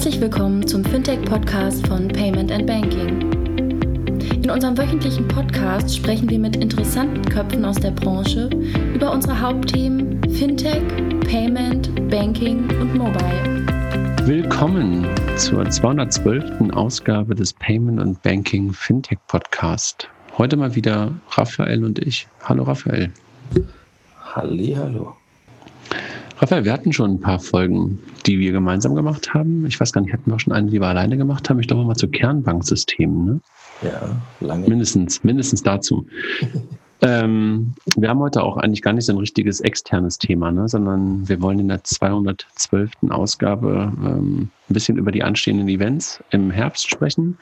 Herzlich willkommen zum Fintech-Podcast von Payment & Banking. In unserem wöchentlichen Podcast sprechen wir mit interessanten Köpfen aus der Branche über unsere Hauptthemen Fintech, Payment, Banking und Mobile. Willkommen zur 212. Ausgabe des Payment & Banking Fintech Podcast. Heute mal wieder Raphael und ich. Hallo Raphael. Hallihallo. Raphael, wir hatten schon ein paar Folgen, die wir gemeinsam gemacht haben. Ich weiß gar nicht, hatten wir auch schon eine, die wir alleine gemacht haben. Ich glaube mal zu Kernbanksystemen, ne? Ja, lange. Mindestens dazu. Wir haben heute auch eigentlich gar nicht so ein richtiges externes Thema, ne? Sondern wir wollen in der 212. Ausgabe ein bisschen über die anstehenden Events im Herbst sprechen.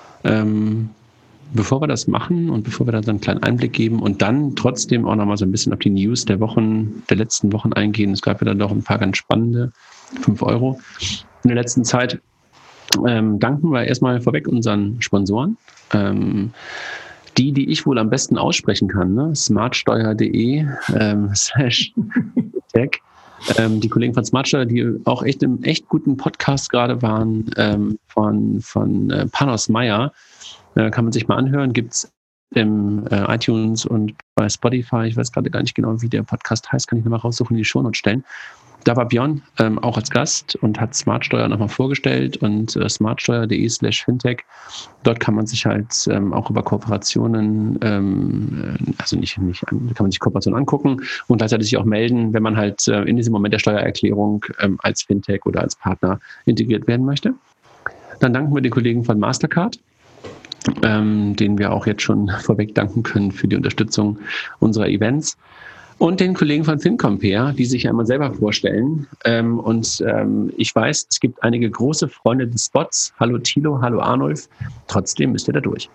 Bevor wir das machen und bevor wir da so einen kleinen Einblick geben und dann trotzdem auch nochmal so ein bisschen auf die News der letzten Wochen eingehen. Es gab ja dann doch ein paar ganz spannende 5 € in der letzten Zeit. Danken wir erstmal vorweg unseren Sponsoren. Die ich wohl am besten aussprechen kann, ne? smartsteuer.de /tech. Die Kollegen von Smartsteuer, die auch echt im echt guten Podcast gerade waren, von Panos Meyer. Kann man sich mal anhören, gibt es im iTunes und bei Spotify. Ich weiß gerade gar nicht genau, wie der Podcast heißt, kann ich nochmal raussuchen, in die Shownotes stellen. Da war Björn auch als Gast und hat Smartsteuer nochmal vorgestellt und smartsteuer.de /fintech. Dort kann man sich halt auch über Kooperationen, kann man sich Kooperationen angucken und gleichzeitig sich auch melden, wenn man halt in diesem Moment der Steuererklärung als Fintech oder als Partner integriert werden möchte. Dann danken wir den Kollegen von Mastercard, denen wir auch jetzt schon vorweg danken können für die Unterstützung unserer Events. Und den Kollegen von FinCompare, die sich einmal selber vorstellen. Ich weiß, es gibt einige große Freunde des Spots. Hallo Thilo, hallo Arnulf. Trotzdem müsst ihr da durch.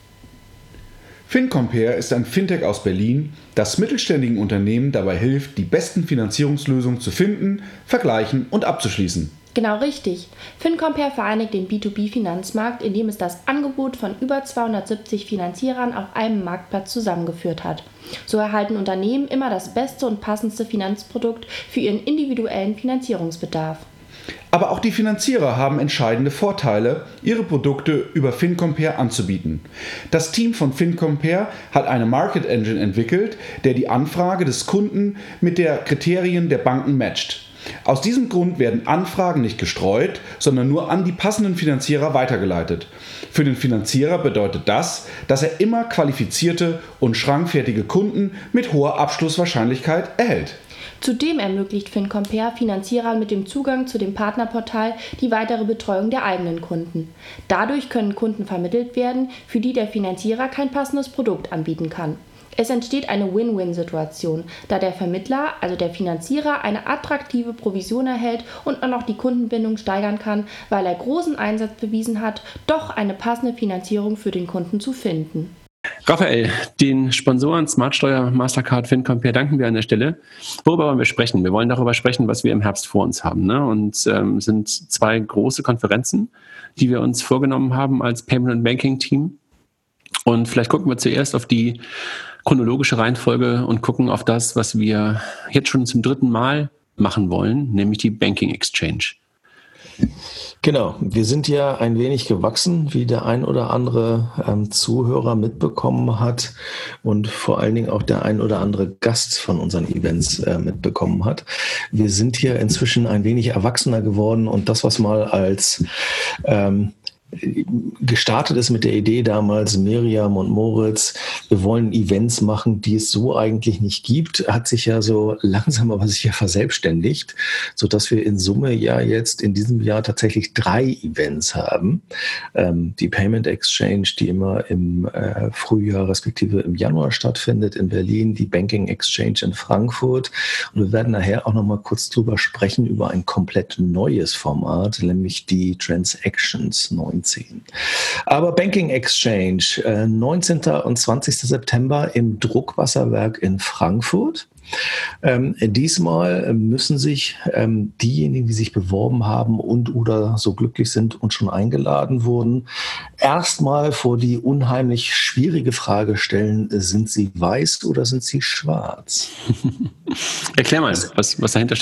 FinCompare ist ein Fintech aus Berlin, das mittelständigen Unternehmen dabei hilft, die besten Finanzierungslösungen zu finden, vergleichen und abzuschließen. Genau richtig. FinCompare vereinigt den B2B-Finanzmarkt, indem es das Angebot von über 270 Finanzierern auf einem Marktplatz zusammengeführt hat. So erhalten Unternehmen immer das beste und passendste Finanzprodukt für ihren individuellen Finanzierungsbedarf. Aber auch die Finanzierer haben entscheidende Vorteile, ihre Produkte über FinCompare anzubieten. Das Team von FinCompare hat eine Market Engine entwickelt, der die Anfrage des Kunden mit den Kriterien der Banken matcht. Aus diesem Grund werden Anfragen nicht gestreut, sondern nur an die passenden Finanzierer weitergeleitet. Für den Finanzierer bedeutet das, dass er immer qualifizierte und schrankfertige Kunden mit hoher Abschlusswahrscheinlichkeit erhält. Zudem ermöglicht FinCompare Finanzierern mit dem Zugang zu dem Partnerportal die weitere Betreuung der eigenen Kunden. Dadurch können Kunden vermittelt werden, für die der Finanzierer kein passendes Produkt anbieten kann. Es entsteht eine Win-Win-Situation, da der Vermittler, also der Finanzierer, eine attraktive Provision erhält und auch noch die Kundenbindung steigern kann, weil er großen Einsatz bewiesen hat, doch eine passende Finanzierung für den Kunden zu finden. Raphael, den Sponsoren Smartsteuer, Mastercard, FinCompare danken wir an der Stelle. Worüber wollen wir sprechen? Wir wollen darüber sprechen, was wir im Herbst vor uns haben, ne? Und sind 2 große Konferenzen, die wir uns vorgenommen haben als Payment & Banking Team. Und vielleicht gucken wir zuerst auf die chronologische Reihenfolge und gucken auf das, was wir jetzt schon zum 3. Mal machen wollen, nämlich die Banking Exchange. Genau, wir sind ja ein wenig gewachsen, wie der ein oder andere Zuhörer mitbekommen hat und vor allen Dingen auch der ein oder andere Gast von unseren Events mitbekommen hat. Wir sind hier inzwischen ein wenig erwachsener geworden und das, was mal als gestartet ist mit der Idee damals, Miriam und Moritz, wir wollen Events machen, die es so eigentlich nicht gibt, hat sich ja so langsam aber sicher verselbstständigt, sodass wir in Summe ja jetzt in diesem Jahr tatsächlich 3 Events haben. Die Payment Exchange, die immer im Frühjahr respektive im Januar stattfindet in Berlin, die Banking Exchange in Frankfurt und wir werden nachher auch noch mal kurz drüber sprechen, über ein komplett neues Format, nämlich die Transactions 19. Aber Banking Exchange, 19. und 20. September im Druckwasserwerk in Frankfurt. Diesmal müssen sich diejenigen, die sich beworben haben und oder so glücklich sind und schon eingeladen wurden, erstmal vor die unheimlich schwierige Frage stellen, sind sie weiß oder sind sie schwarz? Erklär mal, was dahinter steckt.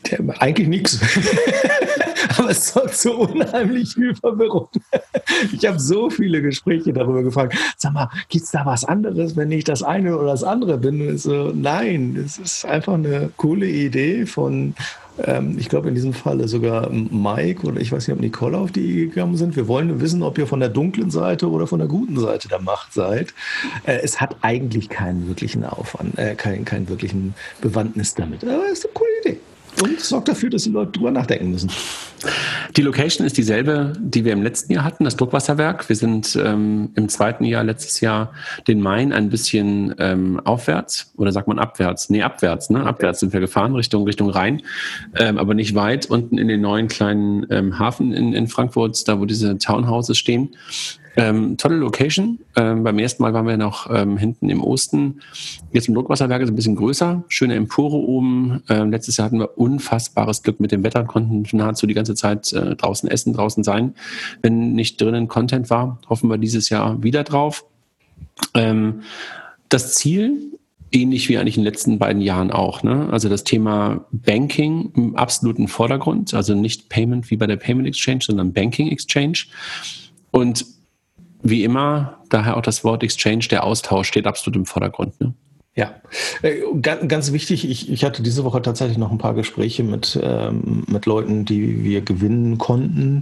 Eigentlich nichts. Aber es sorgt so unheimlich viel Verwirrung. Ich habe so viele Gespräche darüber gefragt. Sag mal, gibt es da was anderes, wenn ich das eine oder das andere bin? Und so, nein, es ist einfach eine coole Idee von, ich glaube in diesem Falle sogar Mike oder ich weiß nicht, ob Nicole auf die gegangen sind. Wir wollen nur wissen, ob ihr von der dunklen Seite oder von der guten Seite der Macht seid. Es hat eigentlich keinen wirklichen Aufwand, keinen wirklichen Bewandtnis damit. Aber es ist eine coole Idee. Und sorgt dafür, dass die Leute drüber nachdenken müssen. Die Location ist dieselbe, die wir im letzten Jahr hatten, das Druckwasserwerk. Wir sind im zweiten Jahr, letztes Jahr, den Main ein bisschen aufwärts, oder sagt man abwärts? Nee, abwärts, ne? Abwärts sind wir gefahren, Richtung Rhein, aber nicht weit, unten in den neuen kleinen Hafen in Frankfurt, da wo diese Townhouses stehen. Tolle Location. Beim ersten Mal waren wir noch hinten im Osten. Jetzt im Druckwasserwerk ist ein bisschen größer. Schöne Empore oben. Letztes Jahr hatten wir unfassbares Glück mit dem Wetter, konnten nahezu die ganze Zeit draußen essen, draußen sein. Wenn nicht drinnen Content war, hoffen wir dieses Jahr wieder drauf. Das Ziel, ähnlich wie eigentlich in den letzten beiden Jahren auch, ne? Also das Thema Banking im absoluten Vordergrund. Also nicht Payment wie bei der Payment Exchange, sondern Banking Exchange. Und wie immer, daher auch das Wort Exchange, der Austausch steht absolut im Vordergrund. Ne? Ja, ganz wichtig, ich hatte diese Woche tatsächlich noch ein paar Gespräche mit Leuten, die wir gewinnen konnten,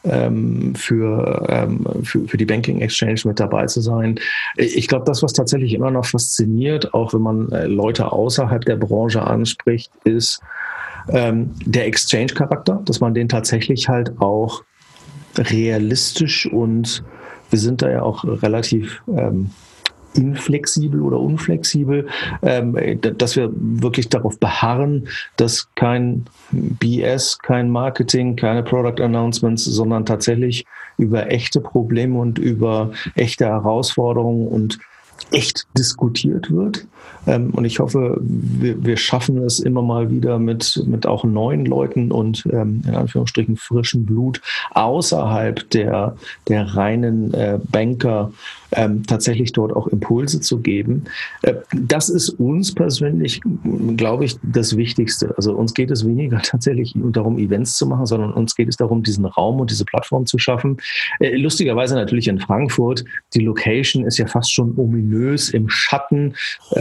für die Banking Exchange mit dabei zu sein. Ich glaube, das, was tatsächlich immer noch fasziniert, auch wenn man Leute außerhalb der Branche anspricht, ist der Exchange-Charakter, dass man den tatsächlich halt auch realistisch und wir sind da ja auch relativ inflexibel oder unflexibel, dass wir wirklich darauf beharren, dass kein BS, kein Marketing, keine Product Announcements, sondern tatsächlich über echte Probleme und über echte Herausforderungen und echt diskutiert wird. Und ich hoffe, wir schaffen es immer mal wieder mit auch neuen Leuten und in Anführungsstrichen frischem Blut außerhalb der reinen Banker tatsächlich dort auch Impulse zu geben. Das ist uns persönlich, glaube ich, das Wichtigste. Also uns geht es weniger tatsächlich darum, Events zu machen, sondern uns geht es darum, diesen Raum und diese Plattform zu schaffen. Lustigerweise natürlich in Frankfurt. Die Location ist ja fast schon ominös im Schatten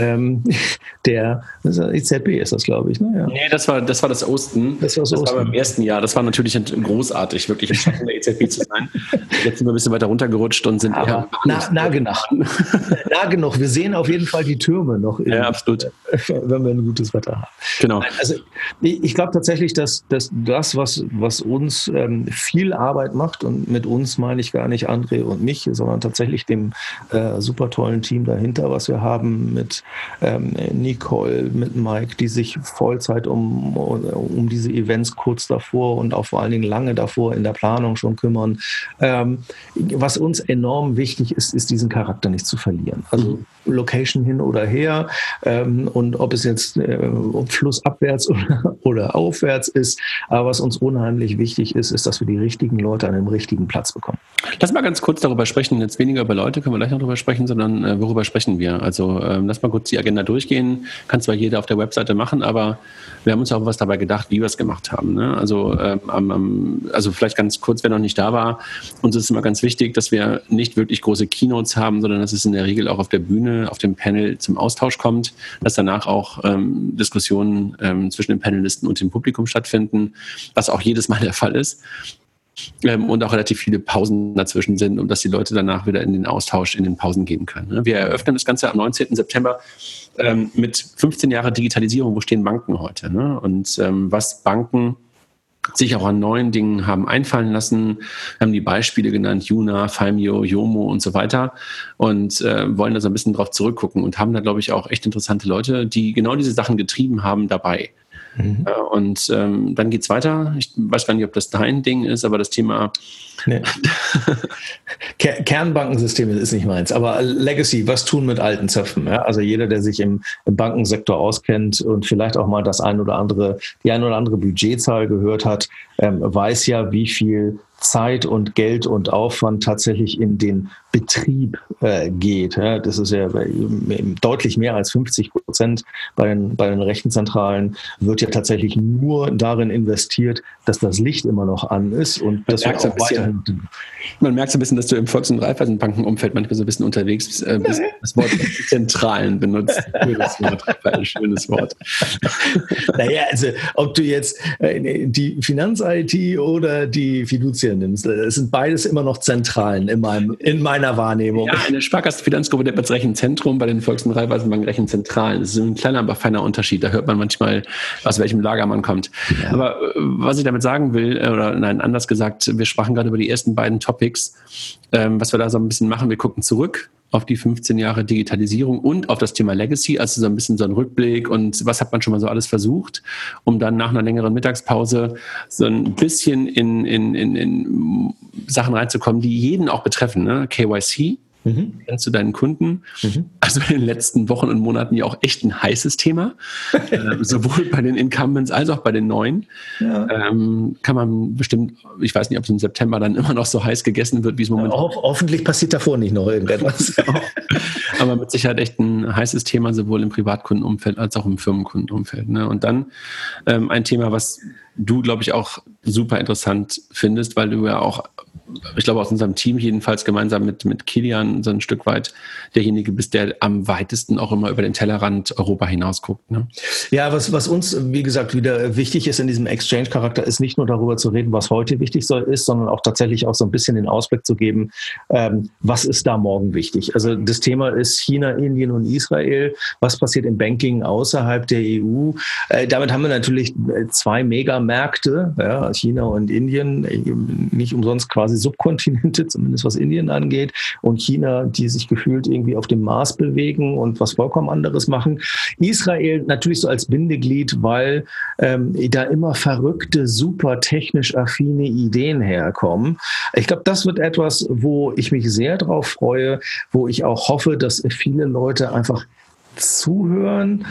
der EZB ist das, glaube ich. Ne? Ja. Nee, das war das Osten. Das war beim ersten Jahr. Das war natürlich großartig, wirklich im Schatten der EZB zu sein. Jetzt sind wir ein bisschen weiter runtergerutscht und sind eher nah genug. Wir sehen auf jeden Fall die Türme noch. Ja, absolut. Wenn wir ein gutes Wetter haben. Genau. Also ich glaube tatsächlich, dass das, was uns viel Arbeit macht, und mit uns meine ich gar nicht André und mich, sondern tatsächlich dem super tollen Team dahinter, was wir haben mit Nicole, mit Mike, die sich Vollzeit um diese Events kurz davor und auch vor allen Dingen lange davor in der Planung schon kümmern. Was uns enorm wichtig ist diesen Charakter nicht zu verlieren. Also Location hin oder her und ob es jetzt flussabwärts oder aufwärts ist. Aber was uns unheimlich wichtig ist, dass wir die richtigen Leute an dem richtigen Platz bekommen. Lass mal ganz kurz darüber sprechen, jetzt weniger über Leute, können wir gleich noch darüber sprechen, sondern worüber sprechen wir? Also lass mal kurz die Agenda durchgehen. Kann zwar jeder auf der Webseite machen, aber wir haben uns auch was dabei gedacht, wie wir es gemacht haben. Ne? Also vielleicht ganz kurz, wer noch nicht da war, uns ist immer ganz wichtig, dass wir nicht wirklich große Keynotes haben, sondern dass es in der Regel auch auf der Bühne, auf dem Panel zum Austausch kommt, dass danach auch Diskussionen zwischen den Panelisten und dem Publikum stattfinden, was auch jedes Mal der Fall ist. Und auch relativ viele Pausen dazwischen sind, um dass die Leute danach wieder in den Austausch in den Pausen gehen können. Wir eröffnen das Ganze am 19. September mit 15 Jahre Digitalisierung. Wo stehen Banken heute? Ne? Und was Banken sich auch an neuen Dingen haben einfallen lassen. Wir haben die Beispiele genannt, Juna, Faimio, Yomo und so weiter und wollen da so ein bisschen drauf zurückgucken und haben da, glaube ich, auch echt interessante Leute, die genau diese Sachen getrieben haben, dabei. Mhm. Und dann geht's weiter. Ich weiß gar nicht, ob das dein Ding ist, aber das Thema... Nee. Kernbankensysteme ist nicht meins, aber Legacy, was tun mit alten Zöpfen? Ja? Also jeder, der sich im Bankensektor auskennt und vielleicht auch mal die ein oder andere Budgetzahl gehört hat, weiß ja, wie viel Zeit und Geld und Aufwand tatsächlich in den Betrieb geht. Ja, das ist ja deutlich mehr als 50% bei den Rechenzentralen wird ja tatsächlich nur darin investiert, dass das Licht immer noch an ist und das wird auch weiterhin. Man merkt so ein bisschen, dass du im Volks- und Raiffeisenbankenumfeld manchmal so ein bisschen unterwegs bist, das Wort Zentralen benutzt. Ein schönes Wort. Naja, also ob du jetzt die Finanz-IT oder die Fiducia nimmst, es sind beides immer noch Zentralen in meiner Wahrnehmung. Ja, eine Sparkassenfinanzgruppe nennt man das Rechenzentrum, bei den Volks- und Raiffeisenbanken Rechenzentralen. Das ist ein kleiner, aber feiner Unterschied. Da hört man manchmal, aus welchem Lager man kommt. Ja. Aber was ich damit sagen will, oder nein, anders gesagt, wir sprachen gerade über die ersten beiden Topics. Was wir da so ein bisschen machen, wir gucken zurück auf die 15 Jahre Digitalisierung und auf das Thema Legacy, also so ein bisschen so ein Rückblick und was hat man schon mal so alles versucht, um dann nach einer längeren Mittagspause so ein bisschen in Sachen reinzukommen, die jeden auch betreffen, ne? KYC. Kennst du deinen Kunden? Also in den letzten Wochen und Monaten ja auch echt ein heißes Thema, sowohl bei den Incumbents als auch bei den neuen. Ja. Kann man bestimmt, ich weiß nicht, ob es im September dann immer noch so heiß gegessen wird, wie es momentan ist. Hoffentlich passiert davor nicht noch irgendetwas. Aber mit Sicherheit echt ein heißes Thema, sowohl im Privatkundenumfeld als auch im Firmenkundenumfeld. Ne? Und dann ein Thema, was du, glaube ich, auch super interessant findest, weil du ja auch, ich glaube, aus unserem Team jedenfalls gemeinsam mit Kilian so ein Stück weit derjenige bist, der am weitesten auch immer über den Tellerrand Europa hinaus guckt. Ne? Ja, was uns, wie gesagt, wieder wichtig ist in diesem Exchange-Charakter, ist nicht nur darüber zu reden, was heute wichtig ist, sondern auch tatsächlich auch so ein bisschen den Ausblick zu geben, was ist da morgen wichtig. Also das Thema ist China, Indien und Israel. Was passiert im Banking außerhalb der EU? Damit haben wir natürlich zwei Megamärkte, ja, China und Indien, nicht umsonst quasi Subkontinente, zumindest was Indien angeht, und China, die sich gefühlt irgendwie auf dem Mars bewegen und was vollkommen anderes machen. Israel natürlich so als Bindeglied, weil da immer verrückte, super technisch affine Ideen herkommen. Ich glaube, das wird etwas, wo ich mich sehr drauf freue, wo ich auch hoffe, dass viele Leute einfach zuhören,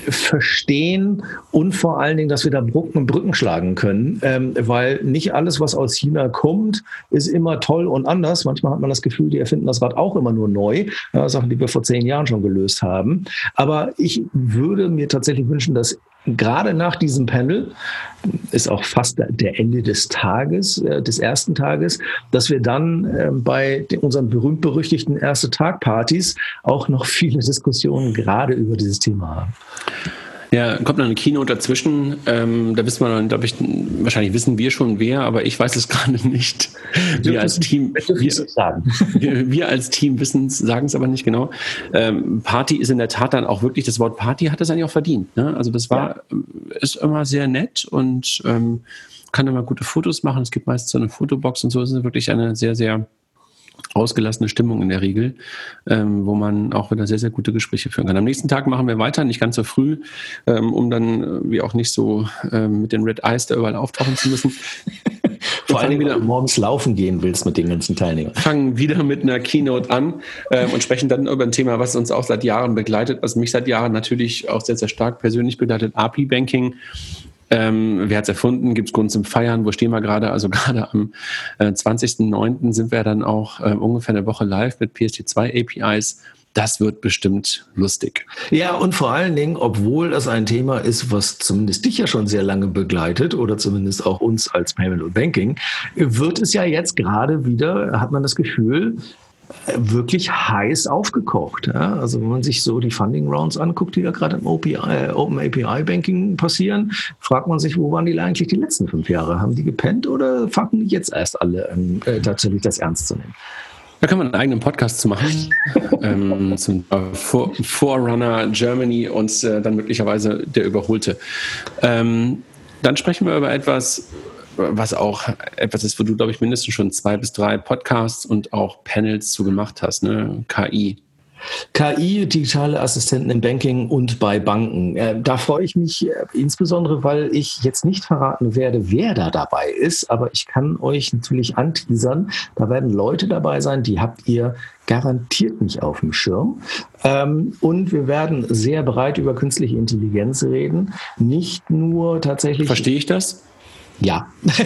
verstehen und vor allen Dingen, dass wir da Brücken schlagen können, weil nicht alles, was aus China kommt, ist immer toll und anders. Manchmal hat man das Gefühl, die erfinden das Rad auch immer nur neu, Sachen, die wir vor 10 Jahren schon gelöst haben. Aber ich würde mir tatsächlich wünschen, dass gerade nach diesem Panel, ist auch fast der Ende des Tages, des ersten Tages, dass wir dann bei unseren berühmt-berüchtigten Erste-Tag-Partys auch noch viele Diskussionen gerade über dieses Thema haben. Ja, kommt noch eine Keynote dazwischen. Da wissen wir dann, glaube ich, wahrscheinlich wissen wir schon wer, aber ich weiß es gerade nicht. Wir als Team wissen es, sagen es aber nicht genau. Party ist in der Tat dann auch wirklich, das Wort Party hat es eigentlich auch verdient. Ne? Also das ist immer sehr nett und kann immer gute Fotos machen. Es gibt meist so eine Fotobox und so. Es ist wirklich eine sehr, sehr ausgelassene Stimmung in der Regel, wo man auch wieder sehr, sehr gute Gespräche führen kann. Am nächsten Tag machen wir weiter, nicht ganz so früh, um dann wie auch nicht so mit den Red Eyes da überall auftauchen zu müssen. Vor allem, wenn du morgens laufen gehen willst mit den ganzen Teilnehmern. Fangen wieder mit einer Keynote an und sprechen dann über ein Thema, was uns auch seit Jahren begleitet, was mich seit Jahren natürlich auch sehr, sehr stark persönlich begleitet, API-Banking. Wer hat es erfunden? Gibt es Grund zum Feiern? Wo stehen wir gerade? Also gerade am 20.09. sind wir dann auch ungefähr eine Woche live mit PSD2 APIs. Das wird bestimmt lustig. Ja, und vor allen Dingen, obwohl das ein Thema ist, was zumindest dich ja schon sehr lange begleitet oder zumindest auch uns als Payment und Banking, wird es ja jetzt gerade wieder, hat man das Gefühl, wirklich heiß aufgekocht. Ja? Also wenn man sich so die Funding Rounds anguckt, die ja gerade im Open API Banking passieren, fragt man sich, wo waren die eigentlich die letzten 5 Jahre? Haben die gepennt oder fangen die jetzt erst alle an, tatsächlich das ernst zu nehmen? Da kann man einen eigenen Podcast zu machen, zum Forerunner Germany und dann möglicherweise der Überholte. Dann sprechen wir über etwas, was auch etwas ist, wo du, glaube ich, mindestens schon 2 bis 3 Podcasts und auch Panels zu gemacht hast, ne? KI, digitale Assistenten im Banking und bei Banken. Da freue ich mich insbesondere, weil ich jetzt nicht verraten werde, wer da dabei ist, aber ich kann euch natürlich anteasern, da werden Leute dabei sein, die habt ihr garantiert nicht auf dem Schirm. Und wir werden sehr breit über künstliche Intelligenz reden, nicht nur tatsächlich... Verstehe ich das? Ja.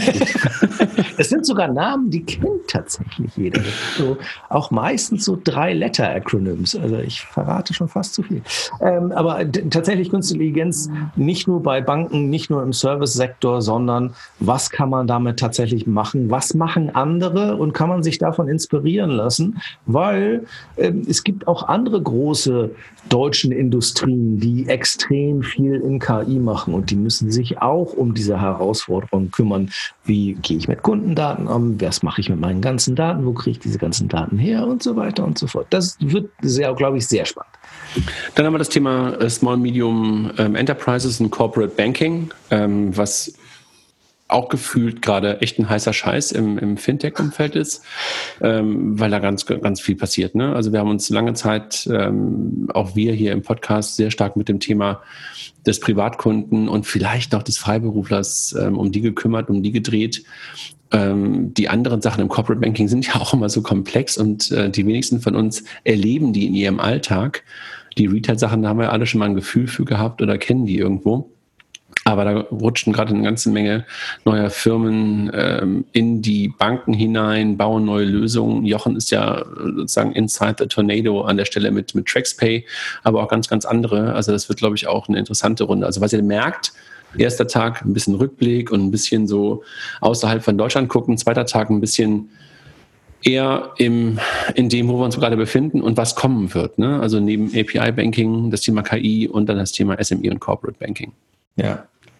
Es sind sogar Namen, die kennt tatsächlich jeder. So, auch meistens so 3-Letter-Acronyms. Also ich verrate schon fast zu viel. Aber tatsächlich Künstliche Intelligenz nicht nur bei Banken, nicht nur im Service-Sektor, sondern was kann man damit tatsächlich machen? Was machen andere und kann man sich davon inspirieren lassen? Weil es gibt auch andere große deutschen Industrien, die extrem viel in KI machen und die müssen sich auch um diese Herausforderungen kümmern. Wie gehe ich mit Kundendaten um? Was mache ich mit meinen ganzen Daten? Wo kriege ich diese ganzen Daten her? Und so weiter und so fort. Das wird, glaube ich, sehr spannend. Dann haben wir das Thema Small Medium Enterprises und Corporate Banking, was auch gefühlt gerade echt ein heißer Scheiß im Fintech-Umfeld ist, weil da ganz, ganz viel passiert. Ne? Also wir haben uns lange Zeit, auch wir hier im Podcast, sehr stark mit dem Thema des Privatkunden und vielleicht noch des Freiberuflers um die gekümmert, um die gedreht. Die anderen Sachen im Corporate Banking sind ja auch immer so komplex und die wenigsten von uns erleben die in ihrem Alltag. Die Retail-Sachen, da haben wir alle schon mal ein Gefühl für gehabt oder kennen die irgendwo. Aber da rutschten gerade eine ganze Menge neuer Firmen in die Banken hinein, bauen neue Lösungen. Jochen ist ja sozusagen inside the tornado an der Stelle mit TraxPay, aber auch ganz, ganz andere. Also das wird, glaube ich, auch eine interessante Runde. Also was ihr merkt, erster Tag ein bisschen Rückblick und ein bisschen so außerhalb von Deutschland gucken. Zweiter Tag ein bisschen eher in dem, wo wir uns gerade befinden und was kommen wird. Ne? Also neben API-Banking, das Thema KI und dann das Thema SME und Corporate Banking. Ja.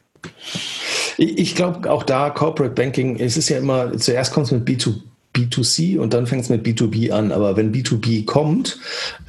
Ich glaube, auch da Corporate Banking, es ist ja immer, zuerst kommt es mit B2C und dann fängt es mit B2B an. Aber wenn B2B kommt,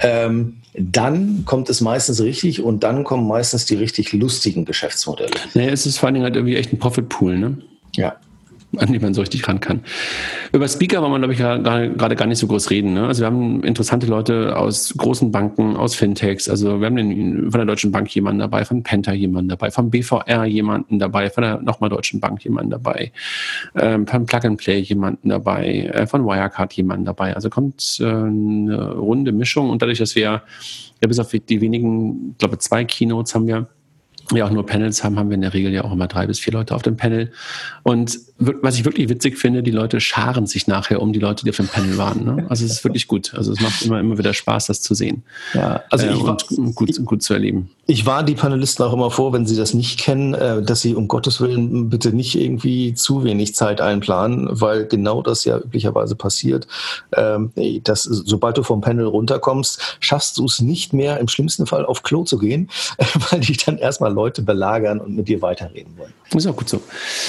dann kommt es meistens richtig und dann kommen meistens die richtig lustigen Geschäftsmodelle. Naja, es ist vor allen Dingen halt irgendwie echt ein Profit-Pool, ne? Ja. An die man so richtig ran kann. Über Speaker wollen wir, glaube ich, gerade gar nicht so groß reden. Ne? Also wir haben interessante Leute aus großen Banken, aus Fintechs. Also wir haben von der Deutschen Bank jemanden dabei, von Penta jemanden dabei, vom BVR jemanden dabei, von der nochmal Deutschen Bank jemanden dabei, von Plug and Play jemanden dabei, von Wirecard jemanden dabei. Also kommt eine runde Mischung und dadurch, dass wir ja bis auf die wenigen, ich glaube 2 Keynotes haben wir, ja auch nur Panels haben wir in der Regel ja auch immer 3 bis 4 Leute auf dem Panel. Und was ich wirklich witzig finde, die Leute scharen sich nachher um die Leute, die auf dem Panel waren. Ne? Also es ist wirklich gut. Also es macht immer wieder Spaß, das zu sehen. Ja, also gut zu erleben. Ich warne die Panelisten auch immer vor, wenn sie das nicht kennen, dass sie um Gottes Willen bitte nicht irgendwie zu wenig Zeit einplanen, weil genau das ja üblicherweise passiert. Dass, sobald du vom Panel runterkommst, schaffst du es nicht mehr, im schlimmsten Fall auf Klo zu gehen, weil dich dann erstmal Leute belagern und mit dir weiterreden wollen. Ist auch gut so.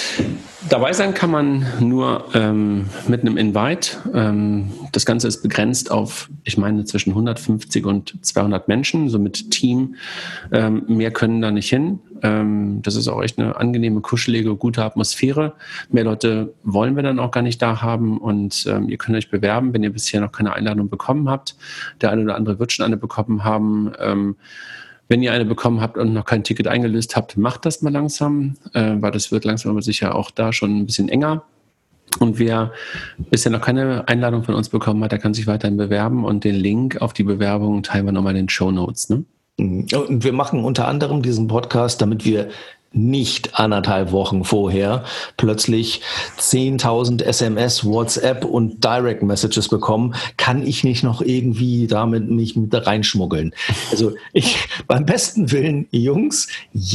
Dabei sein kann man nur mit einem Invite. Das Ganze ist begrenzt auf, ich meine, zwischen 150 und 200 Menschen, so mit Team. Mehr können da nicht hin. Das ist auch echt eine angenehme, kuschelige, gute Atmosphäre. Mehr Leute wollen wir dann auch gar nicht da haben und ihr könnt euch bewerben, wenn ihr bisher noch keine Einladung bekommen habt. Der eine oder andere wird schon eine bekommen haben. Wenn ihr eine bekommen habt und noch kein Ticket eingelöst habt, macht das mal langsam, weil das wird langsam aber sicher auch da schon ein bisschen enger. Und wer bisher noch keine Einladung von uns bekommen hat, der kann sich weiterhin bewerben und den Link auf die Bewerbung teilen wir nochmal in den Shownotes. Ne? Und wir machen unter anderem diesen Podcast, damit wir nicht 1,5 Wochen vorher plötzlich 10.000 SMS, WhatsApp und Direct Messages bekommen, kann ich nicht noch irgendwie damit mich mit reinschmuggeln. Also beim besten Willen, Jungs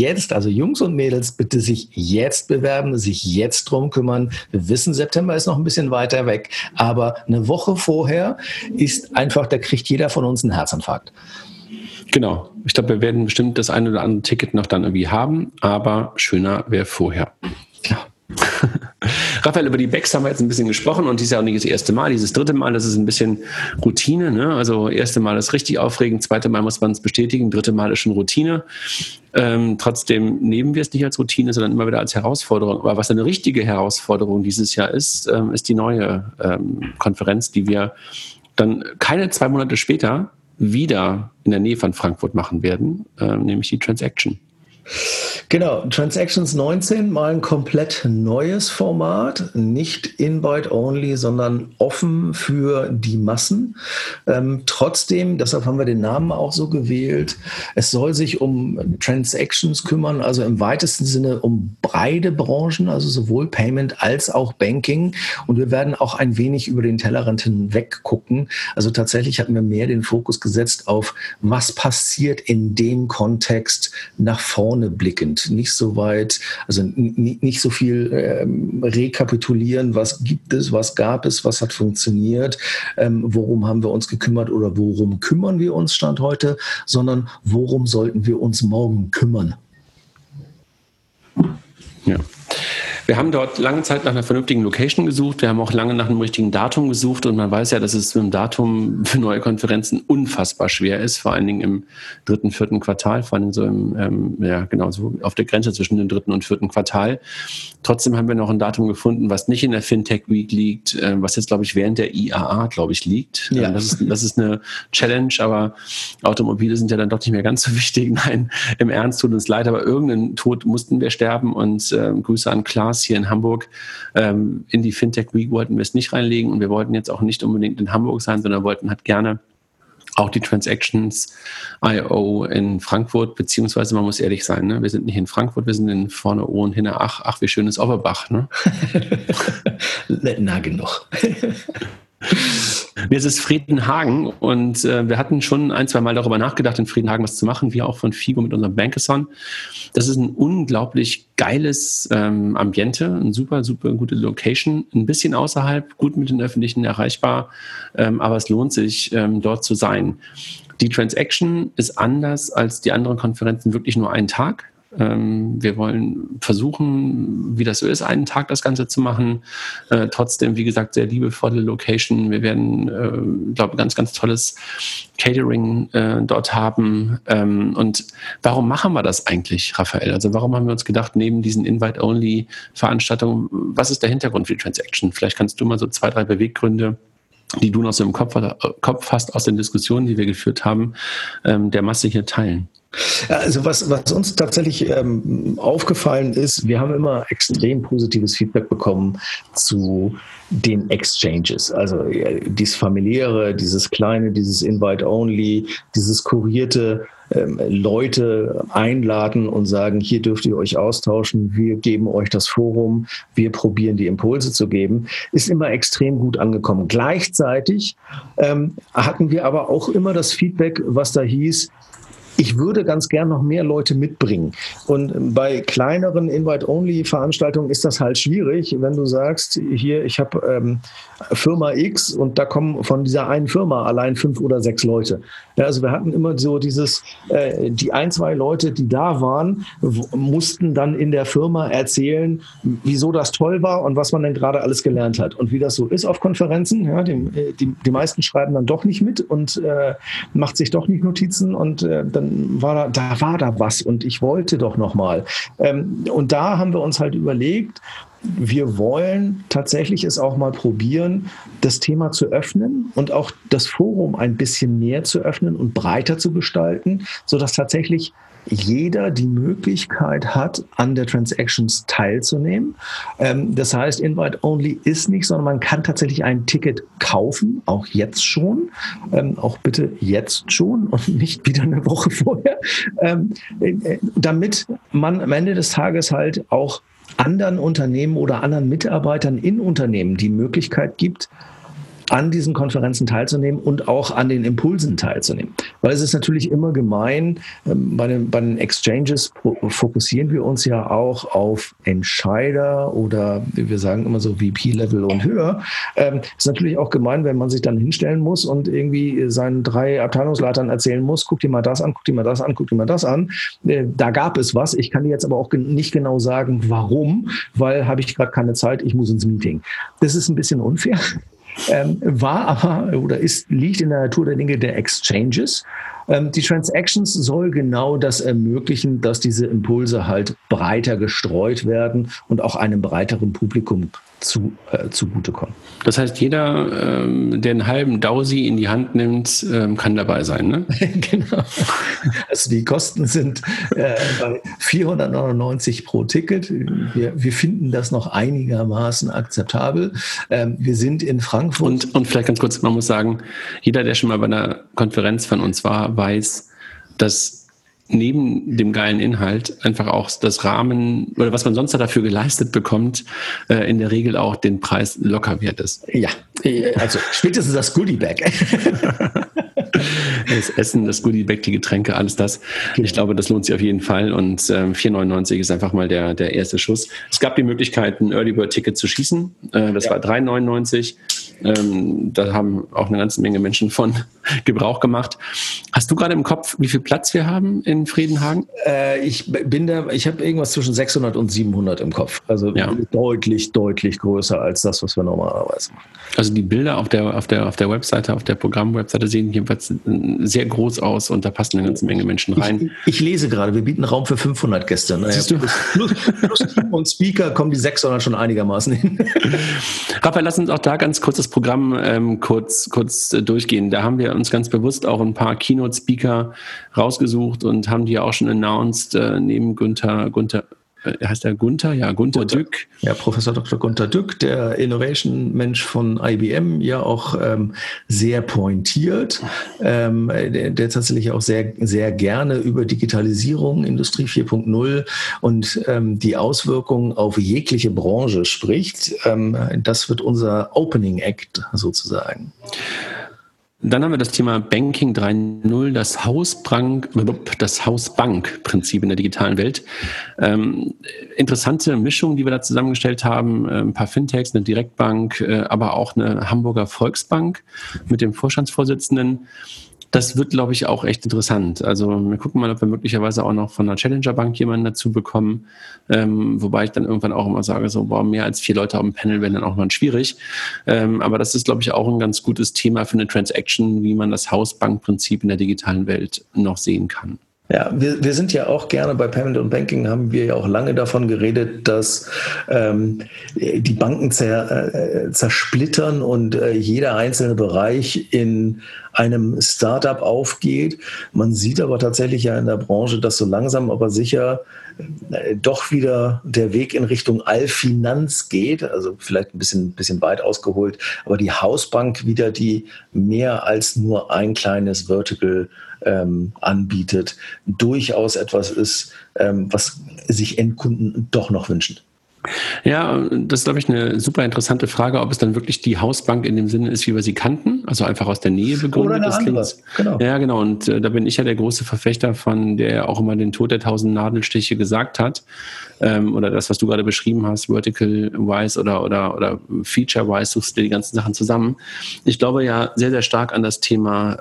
und Mädels, bitte sich jetzt bewerben, sich jetzt drum kümmern. Wir wissen, September ist noch ein bisschen weiter weg, aber eine Woche vorher ist einfach, da kriegt jeder von uns einen Herzinfarkt. Genau. Ich glaube, wir werden bestimmt das eine oder andere Ticket noch dann irgendwie haben, aber schöner wäre vorher. Ja. Raphael, über die Backs haben wir jetzt ein bisschen gesprochen und dies ist ja auch nicht das erste Mal. Dieses dritte Mal, das ist ein bisschen Routine. Ne? Also erste Mal ist richtig aufregend, zweite Mal muss man es bestätigen, dritte Mal ist schon Routine. Trotzdem nehmen wir es nicht als Routine, sondern immer wieder als Herausforderung. Aber was eine richtige Herausforderung dieses Jahr ist die neue Konferenz, die wir dann keine 2 Monate später wieder in der Nähe von Frankfurt machen werden, nämlich die Transaction. Genau, Transactions 19, mal ein komplett neues Format, nicht Invite-only, sondern offen für die Massen. Trotzdem, deshalb haben wir den Namen auch so gewählt, es soll sich um Transactions kümmern, also im weitesten Sinne um beide Branchen, also sowohl Payment als auch Banking. Und wir werden auch ein wenig über den Tellerrand hinweg gucken. Also tatsächlich hatten wir mehr den Fokus gesetzt auf, was passiert in dem Kontext nach vorne blickend. Nicht so weit, also nicht so viel rekapitulieren, was gibt es, was gab es, was hat funktioniert, worum haben wir uns gekümmert oder worum kümmern wir uns Stand heute, sondern worum sollten wir uns morgen kümmern. Ja. Wir haben dort lange Zeit nach einer vernünftigen Location gesucht. Wir haben auch lange nach einem richtigen Datum gesucht. Und man weiß ja, dass es mit dem Datum für neue Konferenzen unfassbar schwer ist. Vor allen Dingen im 3., 4. Quartal. Vor allem so so auf der Grenze zwischen dem 3. und 4. Quartal. Trotzdem haben wir noch ein Datum gefunden, was nicht in der Fintech Week liegt, was jetzt, glaube ich, während der IAA, liegt. Ja. Das ist eine Challenge, aber Automobile sind ja dann doch nicht mehr ganz so wichtig. Nein, im Ernst, tut uns leid, aber irgendeinen Tod mussten wir sterben. Und Grüße an Klaas hier in Hamburg. In die Fintech Week wollten wir es nicht reinlegen und wir wollten jetzt auch nicht unbedingt in Hamburg sein, sondern wollten halt gerne auch die Transactions I.O. in Frankfurt, beziehungsweise man muss ehrlich sein, ne? Wir sind nicht in Frankfurt, wir sind in vorne O und hinter Ach, wie schön ist Overbach, ne? Na, genug. Mir ist es Friedenhagen und wir hatten schon 1-2 Mal darüber nachgedacht, in Friedenhagen was zu machen, wir auch von FIGO mit unserem Bankathon. Das ist ein unglaublich geiles Ambiente, eine super, super gute Location, ein bisschen außerhalb, gut mit den Öffentlichen erreichbar, aber es lohnt sich, dort zu sein. Die Transaction ist anders als die anderen Konferenzen wirklich nur einen Tag. Wir wollen versuchen, wie das so ist, einen Tag das Ganze zu machen. Trotzdem, wie gesagt, sehr liebevolle Location. Wir werden, glaube ich, ganz, ganz tolles Catering dort haben. Und warum machen wir das eigentlich, Raphael? Also warum haben wir uns gedacht, neben diesen Invite-Only-Veranstaltungen, was ist der Hintergrund für die Transaction? Vielleicht kannst du mal so 2, 3 Beweggründe, die du noch so im Kopf hast aus den Diskussionen, die wir geführt haben, der Masse hier teilen. Also was uns tatsächlich aufgefallen ist, wir haben immer extrem positives Feedback bekommen zu den Exchanges. Also dieses familiäre, dieses kleine, dieses Invite-Only, dieses kurierte Leute einladen und sagen, hier dürft ihr euch austauschen, wir geben euch das Forum, wir probieren die Impulse zu geben, ist immer extrem gut angekommen. Gleichzeitig hatten wir aber auch immer das Feedback, was da hieß, ich würde ganz gern noch mehr Leute mitbringen. Und bei kleineren Invite-Only-Veranstaltungen ist das halt schwierig, wenn du sagst, hier, ich habe Firma X und da kommen von dieser einen Firma allein 5 oder 6 Leute. Ja, also wir hatten immer so dieses, die 1, 2 Leute, die da waren, mussten dann in der Firma erzählen, wieso das toll war und was man denn gerade alles gelernt hat. Und wie das so ist auf Konferenzen, ja, die meisten schreiben dann doch nicht mit und macht sich doch nicht Notizen und dann war da was und ich wollte doch noch mal. Und da haben wir uns halt überlegt, wir wollen tatsächlich es auch mal probieren, das Thema zu öffnen und auch das Forum ein bisschen mehr zu öffnen und breiter zu gestalten, sodass tatsächlich jeder die Möglichkeit hat, an der Transactions teilzunehmen. Das heißt, Invite-Only ist nicht, sondern man kann tatsächlich ein Ticket kaufen, auch jetzt schon, auch bitte jetzt schon und nicht wieder eine Woche vorher, damit man am Ende des Tages halt auch anderen Unternehmen oder anderen Mitarbeitern in Unternehmen die Möglichkeit gibt, an diesen Konferenzen teilzunehmen und auch an den Impulsen teilzunehmen. Weil es ist natürlich immer gemein, bei den Exchanges fokussieren wir uns ja auch auf Entscheider oder wir sagen immer so VP-Level und höher. Ist natürlich auch gemein, wenn man sich dann hinstellen muss und irgendwie seinen 3 Abteilungsleitern erzählen muss, guck dir mal das an, guck dir mal das an, guck dir mal das an. Da gab es was. Ich kann dir jetzt aber auch nicht genau sagen, warum, weil habe ich gerade keine Zeit, ich muss ins Meeting. Das ist ein bisschen unfair. War aber oder liegt in der Natur der Dinge der Exchanges. Die Transactions soll genau das ermöglichen, dass diese Impulse halt breiter gestreut werden und auch einem breiteren Publikum zugutekommen. Das heißt, jeder, der einen halben Dausi in die Hand nimmt, kann dabei sein, ne? Genau. Also die Kosten sind bei 499 pro Ticket. Wir finden das noch einigermaßen akzeptabel. Wir sind in Frankfurt. Und vielleicht ganz kurz, man muss sagen, jeder, der schon mal bei einer Konferenz von uns war, weiß, dass neben dem geilen Inhalt einfach auch das Rahmen oder was man sonst dafür geleistet bekommt, in der Regel auch den Preis locker wert ist. Ja, also spätestens das Goodie-Bag. Das Essen, das Goodie-Bag, die Getränke, alles das. Genau. Ich glaube, das lohnt sich auf jeden Fall und 4,99 ist einfach mal der erste Schuss. Es gab die Möglichkeit, ein Early Bird Ticket zu schießen. Das war 3,99. Da haben auch eine ganze Menge Menschen von Gebrauch gemacht. Hast du gerade im Kopf, wie viel Platz wir haben in Friedenhagen? Ich habe irgendwas zwischen 600 und 700 im Kopf. Also deutlich größer als das, was wir normalerweise machen. Also die Bilder auf der Webseite, auf der Programmwebseite sehen jedenfalls sehr groß aus und da passen eine ganze Menge Menschen rein. Ich lese gerade, wir bieten Raum für 500 Gäste. Naja, plus Team und Speaker kommen die 600 schon einigermaßen hin. Raphael, lass uns auch da ganz kurz das Programm kurz durchgehen. Da haben wir uns ganz bewusst auch ein paar Keynote-Speaker rausgesucht und haben die auch schon announced, neben Gunther, heißt der Gunther? Ja, Gunther Dück. Ja, Professor Dr. Gunther Dück, der Innovation-Mensch von IBM, ja auch sehr pointiert, der tatsächlich auch sehr, sehr gerne über Digitalisierung, Industrie 4.0 und die Auswirkungen auf jegliche Branche spricht. Das wird unser Opening Act sozusagen. Dann haben wir das Thema Banking 3.0, das Hausbank-Prinzip in der digitalen Welt. Interessante Mischung, die wir da zusammengestellt haben. Ein paar Fintechs, eine Direktbank, aber auch eine Hamburger Volksbank mit dem Vorstandsvorsitzenden. Das wird, glaube ich, auch echt interessant. Also wir gucken mal, ob wir möglicherweise auch noch von einer Challenger-Bank jemanden dazu bekommen. Wobei ich dann irgendwann auch immer sage, so mehr als 4 Leute auf dem Panel wären dann auch mal schwierig. Aber das ist, glaube ich, auch ein ganz gutes Thema für eine Transaction, wie man das Hausbankprinzip in der digitalen Welt noch sehen kann. Ja, wir sind ja auch gerne bei Payment und Banking, haben wir ja auch lange davon geredet, dass die Banken zersplittern und jeder einzelne Bereich in einem Startup aufgeht. Man sieht aber tatsächlich ja in der Branche, dass so langsam aber sicher doch wieder der Weg in Richtung Allfinanz geht, also vielleicht ein bisschen weit ausgeholt, aber die Hausbank wieder, die mehr als nur ein kleines Vertical anbietet, durchaus etwas ist, was sich Endkunden doch noch wünschen. Ja, das ist, glaube ich, eine super interessante Frage, ob es dann wirklich die Hausbank in dem Sinne ist, wie wir sie kannten, also einfach aus der Nähe begründet. Oder eine andere, genau. Ja, genau. Und da bin ich ja der große Verfechter von, der auch immer den Tod der 1000 Nadelstiche gesagt hat. Oder das, was du gerade beschrieben hast, Vertical-wise oder Feature-wise, suchst du dir die ganzen Sachen zusammen. Ich glaube ja sehr, sehr stark an das Thema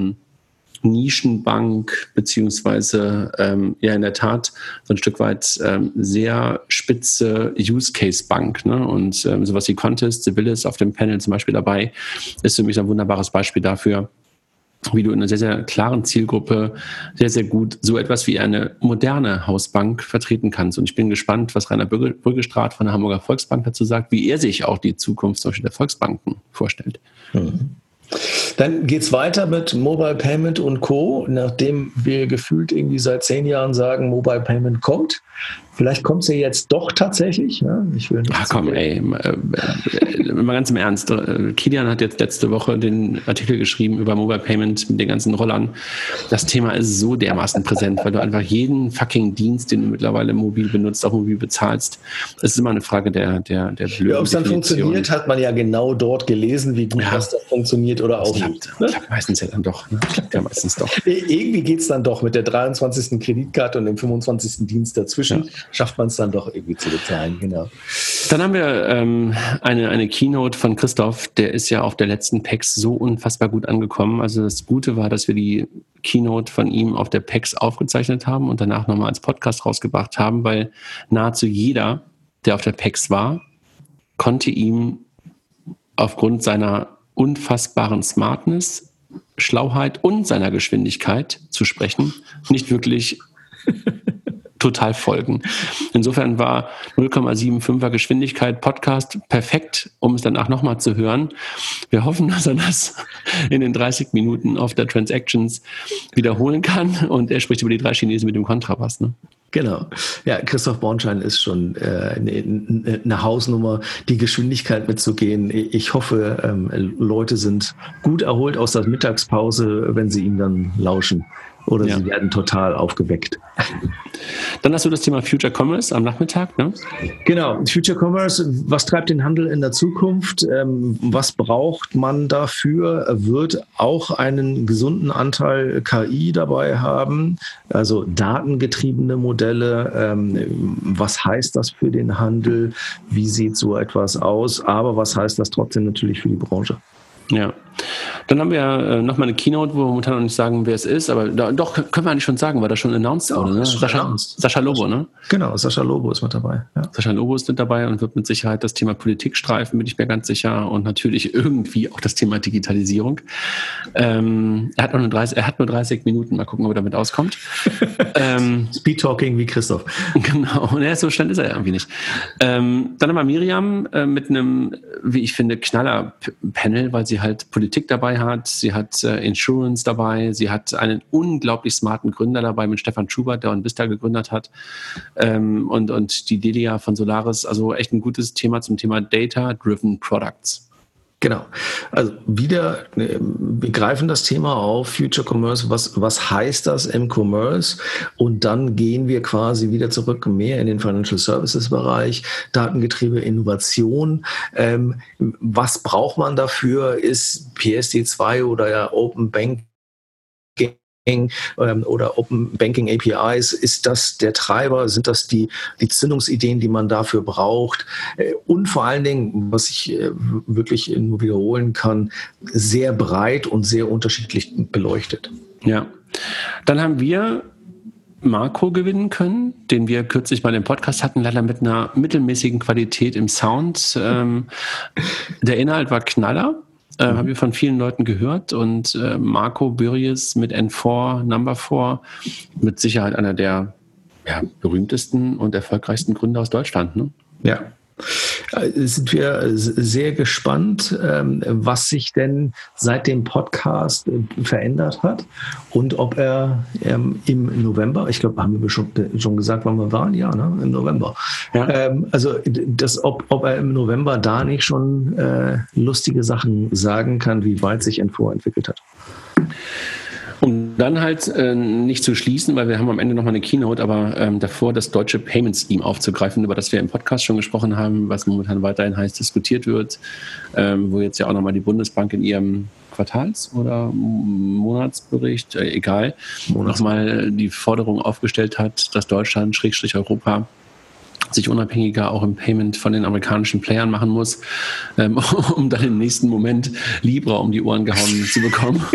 Nischenbank, beziehungsweise in der Tat so ein Stück weit sehr spitze Use-Case-Bank. Ne? Und sowas wie Contest, Civilis auf dem Panel zum Beispiel dabei, ist für mich ein wunderbares Beispiel dafür, wie du in einer sehr, sehr klaren Zielgruppe sehr, sehr gut so etwas wie eine moderne Hausbank vertreten kannst. Und ich bin gespannt, was Rainer Brüggestraat von der Hamburger Volksbank dazu sagt, wie er sich auch die Zukunft zum Beispiel der Volksbanken vorstellt. Mhm. Dann geht es weiter mit Mobile Payment und Co., nachdem wir gefühlt irgendwie seit 10 Jahren sagen, Mobile Payment kommt. Vielleicht kommt es ja jetzt doch tatsächlich. Ja? Ich will nicht mal ganz im Ernst. Kilian hat jetzt letzte Woche den Artikel geschrieben über Mobile Payment mit den ganzen Rollern. Das Thema ist so dermaßen präsent, weil du einfach jeden fucking Dienst, den du mittlerweile mobil benutzt, auch mobil bezahlst. Es ist immer eine Frage der blöden Definition. Ob es dann funktioniert, hat man ja genau dort gelesen, wie gut das dann funktioniert oder auch nicht. Klappt meistens ja dann doch. Ne? Klappt ja meistens doch. Irgendwie geht es dann doch mit der 23. Kreditkarte und dem 25. Dienst dazwischen. Ja. Schafft man es dann doch irgendwie zu bezahlen, genau. Dann haben wir eine Keynote von Christoph, der ist ja auf der letzten PAX so unfassbar gut angekommen. Also das Gute war, dass wir die Keynote von ihm auf der PAX aufgezeichnet haben und danach nochmal als Podcast rausgebracht haben, weil nahezu jeder, der auf der PAX war, konnte ihm aufgrund seiner unfassbaren Smartness Schlauheit und seiner Geschwindigkeit zu sprechen, nicht wirklich total folgen. Insofern war 0,75er Geschwindigkeit Podcast perfekt, um es danach nochmal zu hören. Wir hoffen, dass er das in den 30 Minuten auf der Transactions wiederholen kann, und er spricht über die 3 Chinesen mit dem Kontrabass. Ne? Genau. Ja, Christoph Bornschein ist schon eine Hausnummer, die Geschwindigkeit mitzugehen. Ich hoffe, Leute sind gut erholt aus der Mittagspause, wenn sie ihm dann lauschen. Oder sie werden total aufgeweckt. Dann hast du das Thema Future Commerce am Nachmittag, ne? Genau, Future Commerce, was treibt den Handel in der Zukunft? Was braucht man dafür? Wird auch einen gesunden Anteil KI dabei haben, also datengetriebene Modelle. Was heißt das für den Handel? Wie sieht so etwas aus? Aber was heißt das trotzdem natürlich für die Branche? Ja, dann haben wir nochmal eine Keynote, wo wir momentan noch nicht sagen, wer es ist, aber doch können wir eigentlich schon sagen, weil das schon announced wurde, ne? Sascha Lobo, ne? Genau, Sascha Lobo ist mit dabei. Ja. Sascha Lobo ist mit dabei und wird mit Sicherheit das Thema Politik streifen, bin ich mir ganz sicher, und natürlich irgendwie auch das Thema Digitalisierung. Er hat nur 30 Minuten, mal gucken, ob er damit auskommt. Speed Talking wie Christoph. Genau, ja, so schnell ist er irgendwie nicht. Dann haben wir Miriam mit einem, wie ich finde, Knaller-Panel, weil sie halt Politik dabei hat, sie hat Insurance dabei, sie hat einen unglaublich smarten Gründer dabei mit Stefan Schubert, der Onvista gegründet hat, und die Delia von Solaris, also echt ein gutes Thema zum Thema Data-Driven Products. Genau. Also wieder, wir greifen das Thema auf, Future Commerce, was heißt das im Commerce? Und dann gehen wir quasi wieder zurück mehr in den Financial Services Bereich, datengetriebene Innovation. Was braucht man dafür? Ist PSD2 oder ja Open Banking oder Open Banking APIs, ist das der Treiber? Sind das die Zündungsideen, die man dafür braucht? Und vor allen Dingen, was ich wirklich nur wiederholen kann, sehr breit und sehr unterschiedlich beleuchtet. Ja, dann haben wir Marco gewinnen können, den wir kürzlich mal im Podcast hatten, leider mit einer mittelmäßigen Qualität im Sound. Der Inhalt war Knaller. Haben wir von vielen Leuten gehört, und Marco Bürries mit N4, Number 4, mit Sicherheit einer der berühmtesten und erfolgreichsten Gründer aus Deutschland. Ne? Ja. Sind wir sehr gespannt, was sich denn seit dem Podcast verändert hat und ob er im November, ich glaube, haben wir schon gesagt, wann wir waren? Ja, ne? Im November. Ja. Also ob er im November da nicht schon lustige Sachen sagen kann, wie weit sich N4 entwickelt hat. Um dann halt nicht zu schließen, weil wir haben am Ende nochmal eine Keynote, aber davor das deutsche Payment Scheme aufzugreifen, über das wir im Podcast schon gesprochen haben, was momentan weiterhin heiß diskutiert wird, wo jetzt ja auch nochmal die Bundesbank in ihrem Quartals- oder Monatsbericht, egal, nochmal die Forderung aufgestellt hat, dass Deutschland, Europa, sich unabhängiger auch im Payment von den amerikanischen Playern machen muss, um dann im nächsten Moment Libra um die Ohren gehauen zu bekommen.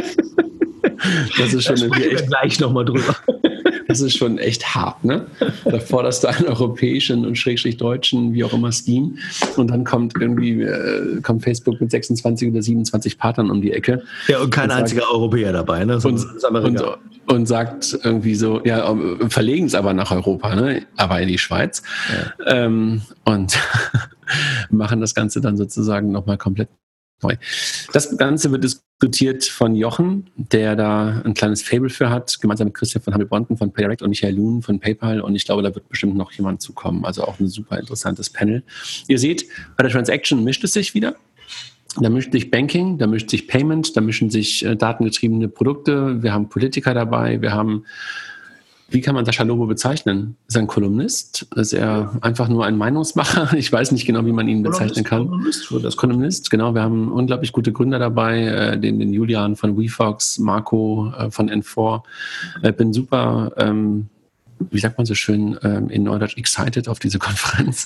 Das ist schon gleich nochmal drüber. Das ist schon echt hart, ne? Da forderst du einen europäischen und deutschen, wie auch immer, Scheme, und dann kommt Facebook mit 26 oder 27 Partnern um die Ecke. Ja, und kein einziger Europäer dabei, ne? Und sagt irgendwie so, ja, verlegen es aber nach Europa, ne? Aber in die Schweiz. Ja. Und machen das Ganze dann sozusagen nochmal komplett neu. Das Ganze wird diskutiert von Jochen, der da ein kleines Fable für hat, gemeinsam mit Christian von Hamilton von PayDirect und Michael Luhn von PayPal, und ich glaube, da wird bestimmt noch jemand zukommen. Also auch ein super interessantes Panel. Ihr seht, bei der Transaction mischt es sich wieder. Da mischt sich Banking, da mischt sich Payment, da mischen sich datengetriebene Produkte. Wir haben Politiker dabei, wir haben, wie kann man Sascha Lobo bezeichnen? Ist er ein Kolumnist? Ist er einfach nur ein Meinungsmacher? Ich weiß nicht genau, wie man ihn bezeichnen kann. Kolumnist, genau. Wir haben unglaublich gute Gründer dabei, den Julian von WeFox, Marco von N4. Bin super, wie sagt man so schön in Neudeutsch, excited auf diese Konferenz.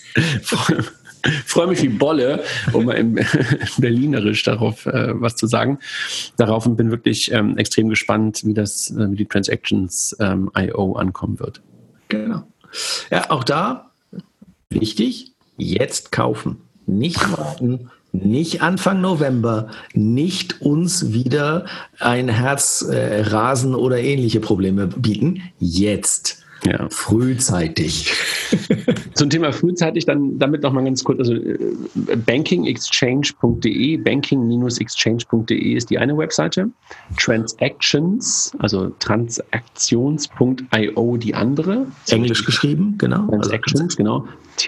Freue mich wie Bolle, um mal im Berlinerisch darauf was zu sagen. Darauf, und bin wirklich extrem gespannt, wie die Transactions IO ankommen wird. Genau. Ja, auch da wichtig, jetzt kaufen. Nicht warten, Nicht Anfang November, nicht uns wieder ein Herzrasen oder ähnliche Probleme bieten. Jetzt. Ja. Frühzeitig. Zum Thema frühzeitig dann damit nochmal ganz kurz, also bankingexchange.de, banking-exchange.de ist die eine Webseite, Transactions, also transaktions.io die andere. Englisch geschrieben, genau. Transactions, genau,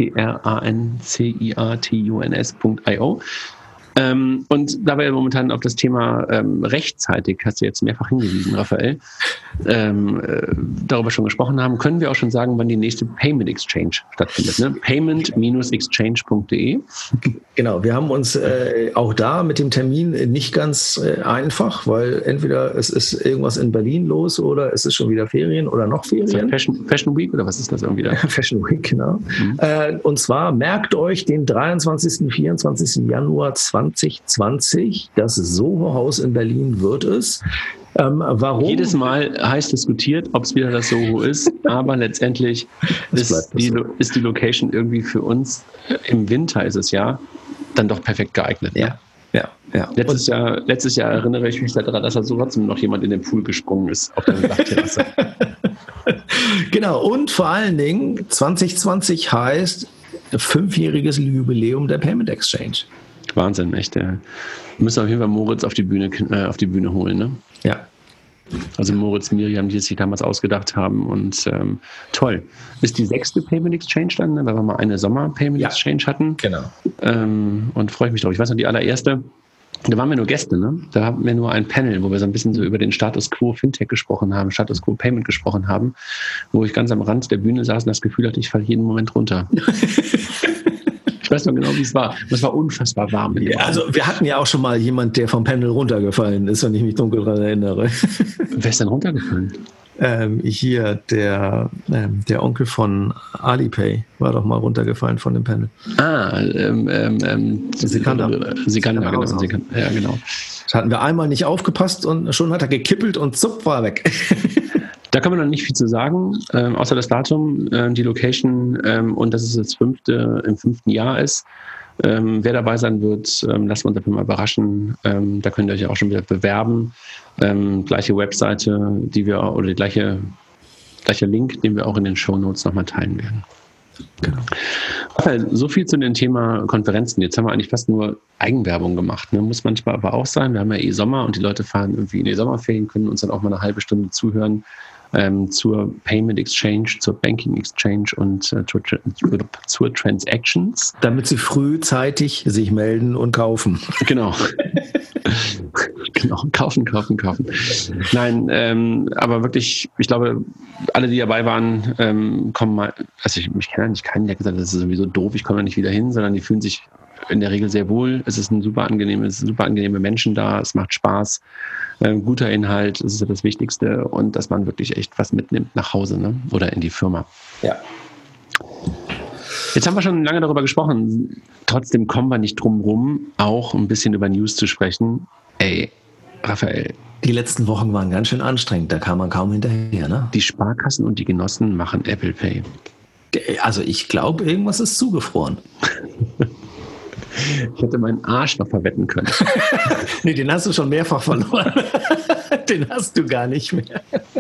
Tranciatuns.io. Und da wir ja momentan auf das Thema rechtzeitig, hast du jetzt mehrfach hingewiesen, Raphael, darüber schon gesprochen haben, können wir auch schon sagen, wann die nächste Payment Exchange stattfindet. Ne? Payment-exchange.de. Genau, wir haben uns auch da mit dem Termin nicht ganz einfach, weil entweder es ist irgendwas in Berlin los oder es ist schon wieder Ferien oder noch Ferien. Fashion Week oder was ist das irgendwie da? Fashion Week, genau. Und zwar merkt euch den 23. 24. Januar 2020, das Soho-Haus in Berlin wird es. Warum? Jedes Mal heiß diskutiert, ob es wieder das Soho ist, aber letztendlich ist die Location irgendwie für uns, im Winter ist es ja, dann doch perfekt geeignet. Ne? Ja. Letztes Jahr erinnere ich mich daran, dass da so trotzdem noch jemand in den Pool gesprungen ist auf der Dachterrasse. Genau, und vor allen Dingen 2020 heißt 5-jähriges Jubiläum der Payment Exchange. Wahnsinn, echt. Wir müssen auf jeden Fall Moritz auf die Bühne holen. Ne? Ja. Also Moritz, Miriam, die es sich damals ausgedacht haben und toll. Ist die 6. Payment Exchange dann, ne? Weil wir mal eine Sommer-Payment Exchange hatten. Genau. Und freue ich mich drauf. Ich weiß noch, die allererste, da waren wir nur Gäste, ne? Da hatten wir nur ein Panel, wo wir so ein bisschen so über den Status Quo Fintech gesprochen haben, Status Quo Payment gesprochen haben, wo ich ganz am Rand der Bühne saß und das Gefühl hatte, ich falle jeden Moment runter. Ich weiß noch genau, wie es war. Es war unfassbar warm. Ja, also wir hatten ja auch schon mal jemand, der vom Panel runtergefallen ist, wenn ich mich dunkel daran erinnere. Wer ist denn runtergefallen? Hier, der Onkel von Alipay war doch mal runtergefallen von dem Panel. Sikander, genau. Ja, genau. Da hatten wir einmal nicht aufgepasst und schon hat er gekippelt und zupp war er weg. Da kann man noch nicht viel zu sagen, außer das Datum, die Location und dass es das im 5. Jahr ist. Wer dabei sein wird, lassen wir uns dafür mal überraschen. Da könnt ihr euch auch schon wieder bewerben. Gleiche Webseite, oder die gleiche Link, den wir auch in den Shownotes nochmal teilen werden. Genau. Raphael, so viel zu dem Thema Konferenzen. Jetzt haben wir eigentlich fast nur Eigenwerbung gemacht. Ne? Muss manchmal aber auch sein. Wir haben ja Sommer und die Leute fahren irgendwie in die Sommerferien, können uns dann auch mal eine halbe Stunde zuhören zur Payment Exchange, zur Banking Exchange und zur Transactions. Damit sie frühzeitig sich melden und kaufen. Genau. Genau, kaufen. Nein, aber wirklich, ich glaube, alle, die dabei waren, kommen mal, also mich kenne nicht keinen, der gesagt hat, das ist sowieso doof, ich komme da nicht wieder hin, sondern die fühlen sich in der Regel sehr wohl. Es sind super angenehme Menschen da, es macht Spaß, guter Inhalt, das ist ja das Wichtigste und dass man wirklich echt was mitnimmt nach Hause, ne? Oder in die Firma. Ja. Jetzt haben wir schon lange darüber gesprochen, trotzdem kommen wir nicht drum rum, auch ein bisschen über News zu sprechen. Ey, Raphael. Die letzten Wochen waren ganz schön anstrengend, da kam man kaum hinterher, ne? Die Sparkassen und die Genossen machen Apple Pay. Also ich glaube, irgendwas ist zugefroren. Ich hätte meinen Arsch noch verwetten können. Nee, den hast du schon mehrfach verloren. Den hast du gar nicht mehr.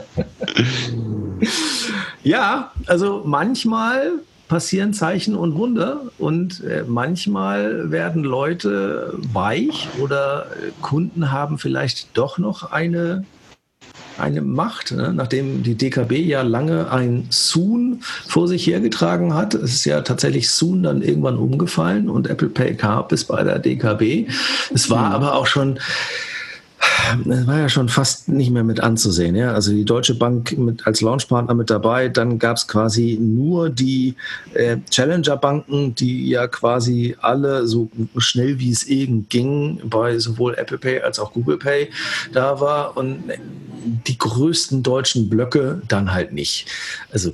Ja, also manchmal passieren Zeichen und Wunder und manchmal werden Leute weich oder Kunden haben vielleicht doch noch eine Macht, ne? Nachdem die DKB ja lange ein Soon vor sich hergetragen hat. Es ist ja tatsächlich Soon dann irgendwann umgefallen und Apple Pay gab es bei der DKB. Es war aber auch schon, es war ja schon fast nicht mehr mit anzusehen. Ja? Also die Deutsche Bank als Launchpartner mit dabei, dann gab es quasi nur die Challenger-Banken, die ja quasi alle so schnell wie es irgend ging bei sowohl Apple Pay als auch Google Pay da war und die größten deutschen Blöcke dann halt nicht. Also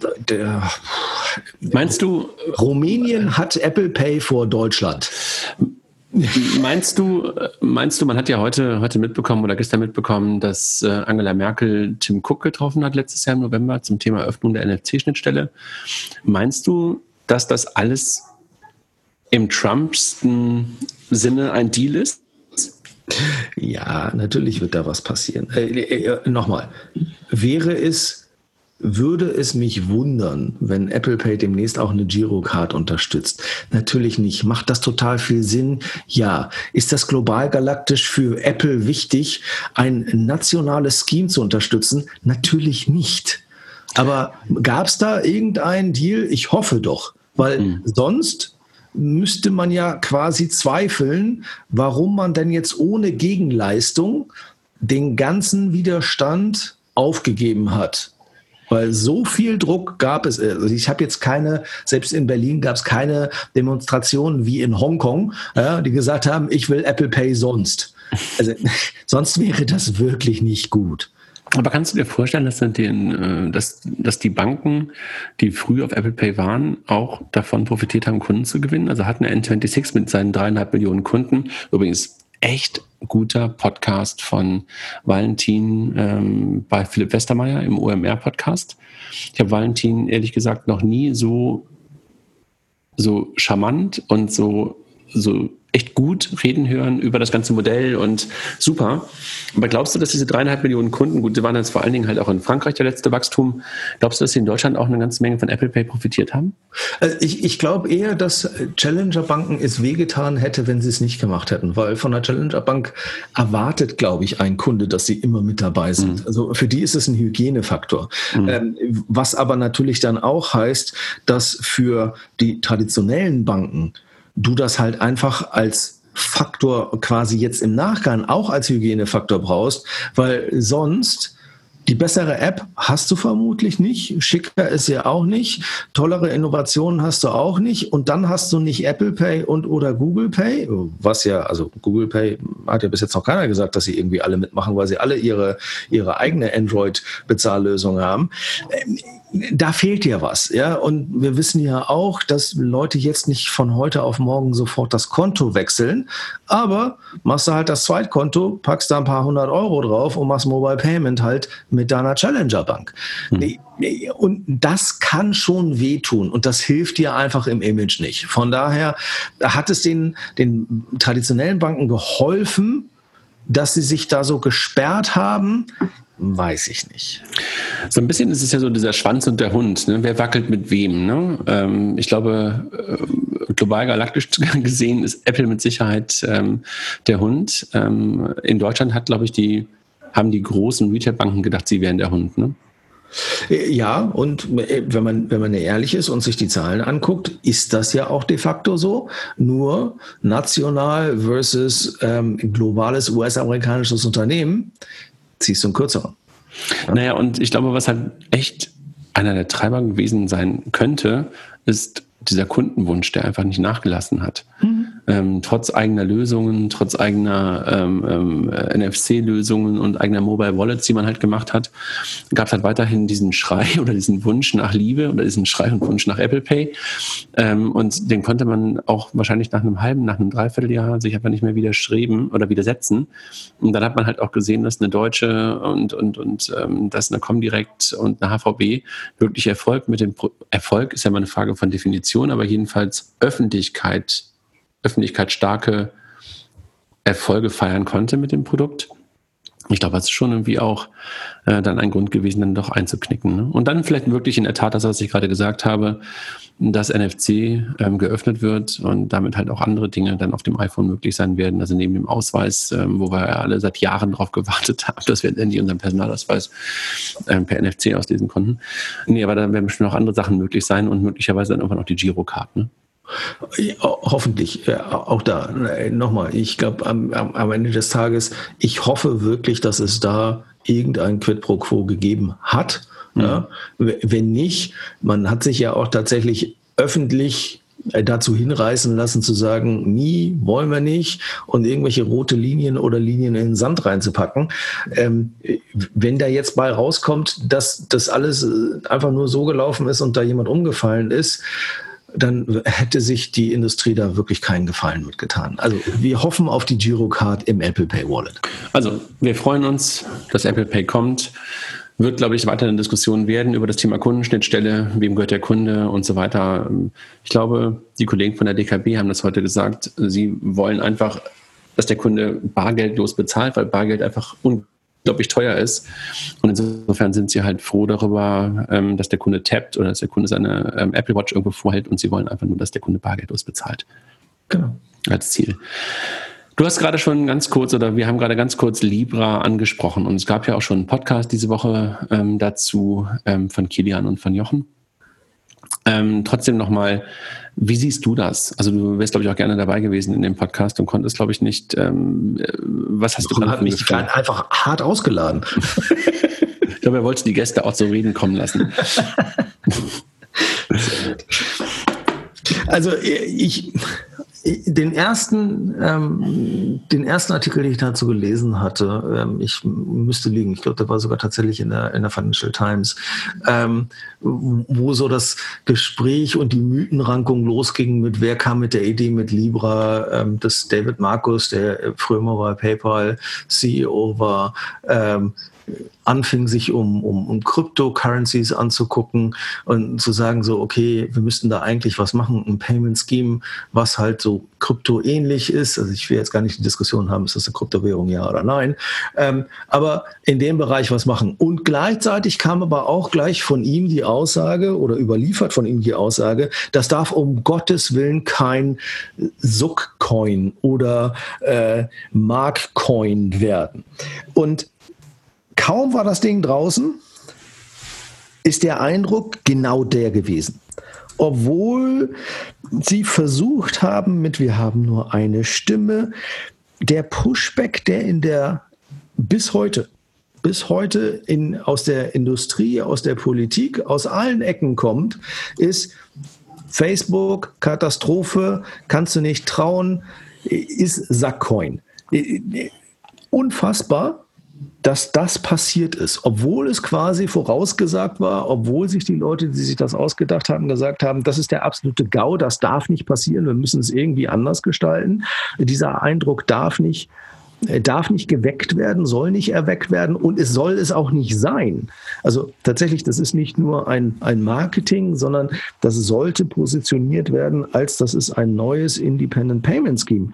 meinst du, Rumänien hat Apple Pay vor Deutschland? Meinst du, man hat ja heute mitbekommen oder gestern mitbekommen, dass Angela Merkel Tim Cook getroffen hat letztes Jahr im November zum Thema Öffnung der NFC-Schnittstelle. Meinst du, dass das alles im Trumpsten Sinne ein Deal ist? Ja, natürlich wird da was passieren. Nochmal, würde es mich wundern, wenn Apple Pay demnächst auch eine Girocard unterstützt? Natürlich nicht. Macht das total viel Sinn? Ja. Ist das global galaktisch für Apple wichtig, ein nationales Scheme zu unterstützen? Natürlich nicht. Aber gab es da irgendeinen Deal? Ich hoffe doch, weil sonst müsste man ja quasi zweifeln, warum man denn jetzt ohne Gegenleistung den ganzen Widerstand aufgegeben hat. Weil so viel Druck gab es. Also ich habe jetzt selbst in Berlin gab es keine Demonstrationen wie in Hongkong, ja, die gesagt haben, ich will Apple Pay sonst. Also sonst wäre das wirklich nicht gut. Aber kannst du dir vorstellen, dass die Banken, die früh auf Apple Pay waren, auch davon profitiert haben, Kunden zu gewinnen? Also hat eine N26 mit seinen 3,5 Millionen Kunden, übrigens echt guter Podcast von Valentin bei Philipp Westermeier im OMR-Podcast. Ich habe Valentin ehrlich gesagt noch nie so charmant und so echt gut reden hören über das ganze Modell und super. Aber glaubst du, dass diese 3,5 Millionen Kunden, gut, die waren jetzt vor allen Dingen halt auch in Frankreich der letzte Wachstum, glaubst du, dass sie in Deutschland auch eine ganze Menge von Apple Pay profitiert haben? Ich glaube eher, dass Challenger-Banken es wehgetan hätte, wenn sie es nicht gemacht hätten, weil von der Challenger-Bank erwartet, glaube ich, ein Kunde, dass sie immer mit dabei sind. Also für die ist es ein Hygienefaktor. Was aber natürlich dann auch heißt, dass für die traditionellen Banken du das halt einfach als Faktor quasi jetzt im Nachgang auch als Hygienefaktor brauchst, weil sonst die bessere App hast du vermutlich nicht, schicker ist ja auch nicht, tollere Innovationen hast du auch nicht und dann hast du nicht Apple Pay oder Google Pay, also Google Pay hat ja bis jetzt noch keiner gesagt, dass sie irgendwie alle mitmachen, weil sie alle ihre eigene Android-Bezahllösung haben. Da fehlt ja was, ja, und wir wissen ja auch, dass Leute jetzt nicht von heute auf morgen sofort das Konto wechseln, aber machst du halt das Zweitkonto, packst da ein paar 100 Euro drauf und machst Mobile Payment halt mit deiner Challenger-Bank. Und das kann schon wehtun und das hilft dir einfach im Image nicht. Von daher hat es den traditionellen Banken geholfen, dass sie sich da so gesperrt haben. Weiß ich nicht. So ein bisschen ist es ja so dieser Schwanz und der Hund. Ne? Wer wackelt mit wem? Ne? Ich glaube, global galaktisch gesehen ist Apple mit Sicherheit der Hund. In Deutschland haben die großen Retailbanken gedacht, sie wären der Hund. Ne? Ja, und wenn man ehrlich ist und sich die Zahlen anguckt, ist das ja auch de facto so. Nur national versus globales US-amerikanisches Unternehmen ziehst du einen kürzeren. Ja? Naja, und ich glaube, was halt echt einer der Treiber gewesen sein könnte, ist dieser Kundenwunsch, der einfach nicht nachgelassen hat. Trotz eigener Lösungen, trotz eigener NFC-Lösungen und eigener Mobile Wallets, die man halt gemacht hat, gab es halt weiterhin diesen Schrei oder diesen Wunsch nach Liebe oder diesen Schrei und Wunsch nach Apple Pay. Und den konnte man auch wahrscheinlich nach einem Dreivierteljahr sich einfach nicht mehr widersetzen. Und dann hat man halt auch gesehen, dass eine Deutsche und dass eine Comdirect und eine HVB wirklich Erfolg ist ja mal eine Frage von Definition, aber jedenfalls öffentlichkeitsstarke Erfolge feiern konnte mit dem Produkt. Ich glaube, das ist schon irgendwie auch dann ein Grund gewesen, dann doch einzuknicken. Ne? Und dann vielleicht wirklich in der Tat das, was ich gerade gesagt habe, dass NFC geöffnet wird und damit halt auch andere Dinge dann auf dem iPhone möglich sein werden. Also neben dem Ausweis, wo wir ja alle seit Jahren drauf gewartet haben, dass wir endlich unseren Personalausweis per NFC auslesen konnten. Nee, aber dann werden bestimmt noch andere Sachen möglich sein und möglicherweise dann irgendwann auch die Girocard, ne? Hoffentlich, auch da nochmal, ich glaube am Ende des Tages, ich hoffe wirklich, dass es da irgendein Quid pro Quo gegeben hat. Ja? Wenn nicht, man hat sich ja auch tatsächlich öffentlich dazu hinreißen lassen zu sagen, nie, wollen wir nicht und irgendwelche rote Linien oder Linien in den Sand reinzupacken. Wenn da jetzt bei rauskommt, dass das alles einfach nur so gelaufen ist und da jemand umgefallen ist, dann hätte sich die Industrie da wirklich keinen Gefallen mitgetan. Also wir hoffen auf die Girocard im Apple Pay Wallet. Also wir freuen uns, dass Apple Pay kommt. wird, glaube ich, weiter eine Diskussion werden über das Thema Kundenschnittstelle, wem gehört der Kunde und so weiter. Ich glaube, die Kollegen von der DKB haben das heute gesagt. Sie wollen einfach, dass der Kunde bargeldlos bezahlt, weil Bargeld einfach unglaublich teuer ist. Und insofern sind sie halt froh darüber, dass der Kunde tappt oder dass der Kunde seine Apple Watch irgendwo vorhält und sie wollen einfach nur, dass der Kunde bargeldlos bezahlt. Genau. Als Ziel. Du hast gerade schon ganz kurz, oder wir haben gerade ganz kurz Libra angesprochen und es gab ja auch schon einen Podcast diese Woche dazu von Kilian und von Jochen. Trotzdem nochmal, wie siehst du das? Also du wärst, glaube ich, auch gerne dabei gewesen in dem Podcast und konntest, glaube ich, nicht. Was hast du gerade für mich einfach hart ausgeladen. Ich glaube, er wollte die Gäste auch so reden kommen lassen. Also den ersten Artikel, den ich dazu gelesen hatte, ich müsste liegen, ich glaube, der war sogar tatsächlich in der Financial Times, wo so das Gespräch und die Mythenrankung losging mit, wer kam mit der Idee mit Libra, dass David Marcus, der früher mal bei PayPal CEO war, anfing, sich um Cryptocurrencies anzugucken und zu sagen so, okay, wir müssten da eigentlich was machen, ein Payment Scheme, was halt so kryptoähnlich ist. Also ich will jetzt gar nicht die Diskussion haben, ist das eine Kryptowährung, ja oder nein. Aber in dem Bereich was machen. Und gleichzeitig kam aber auch gleich von ihm die Aussage oder überliefert von ihm die Aussage, das darf um Gottes Willen kein Suck-Coin oder Mark-Coin werden. Und kaum war das Ding draußen, ist der Eindruck genau der gewesen. Obwohl sie versucht haben wir haben nur eine Stimme, der Pushback, der bis heute aus der Industrie, aus der Politik, aus allen Ecken kommt, ist Facebook, Katastrophe, kannst du nicht trauen, ist Sackcoin. Unfassbar, dass das passiert ist, obwohl es quasi vorausgesagt war, obwohl sich die Leute, die sich das ausgedacht haben, gesagt haben, das ist der absolute GAU, das darf nicht passieren, wir müssen es irgendwie anders gestalten. Dieser Eindruck darf nicht geweckt werden, soll nicht erweckt werden und es soll es auch nicht sein. Also tatsächlich, das ist nicht nur ein Marketing, sondern das sollte positioniert werden, als das ist ein neues Independent Payment Scheme.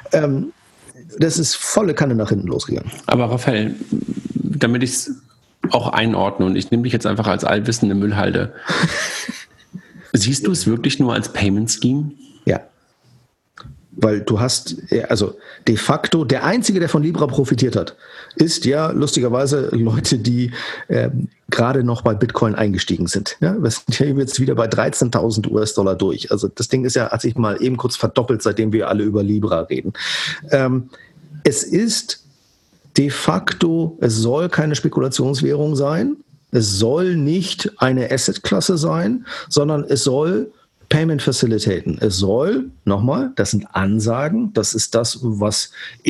Das ist volle Kanne nach hinten losgegangen. Aber Raphael, damit ich es auch einordne und ich nehme dich jetzt einfach als allwissende Müllhalde, siehst du es wirklich nur als Payment Scheme? Ja. Weil du hast, also de facto, der Einzige, der von Libra profitiert hat, ist ja lustigerweise Leute, die gerade noch bei Bitcoin eingestiegen sind. Ja, wir sind ja jetzt wieder bei 13.000 US-Dollar durch. Also das Ding hat sich mal eben kurz verdoppelt, seitdem wir alle über Libra reden. Es ist de facto, es soll keine Spekulationswährung sein. Es soll nicht eine Assetklasse sein, sondern es soll Payment facilitaten. Es soll, nochmal, das sind Ansagen, das ist das, was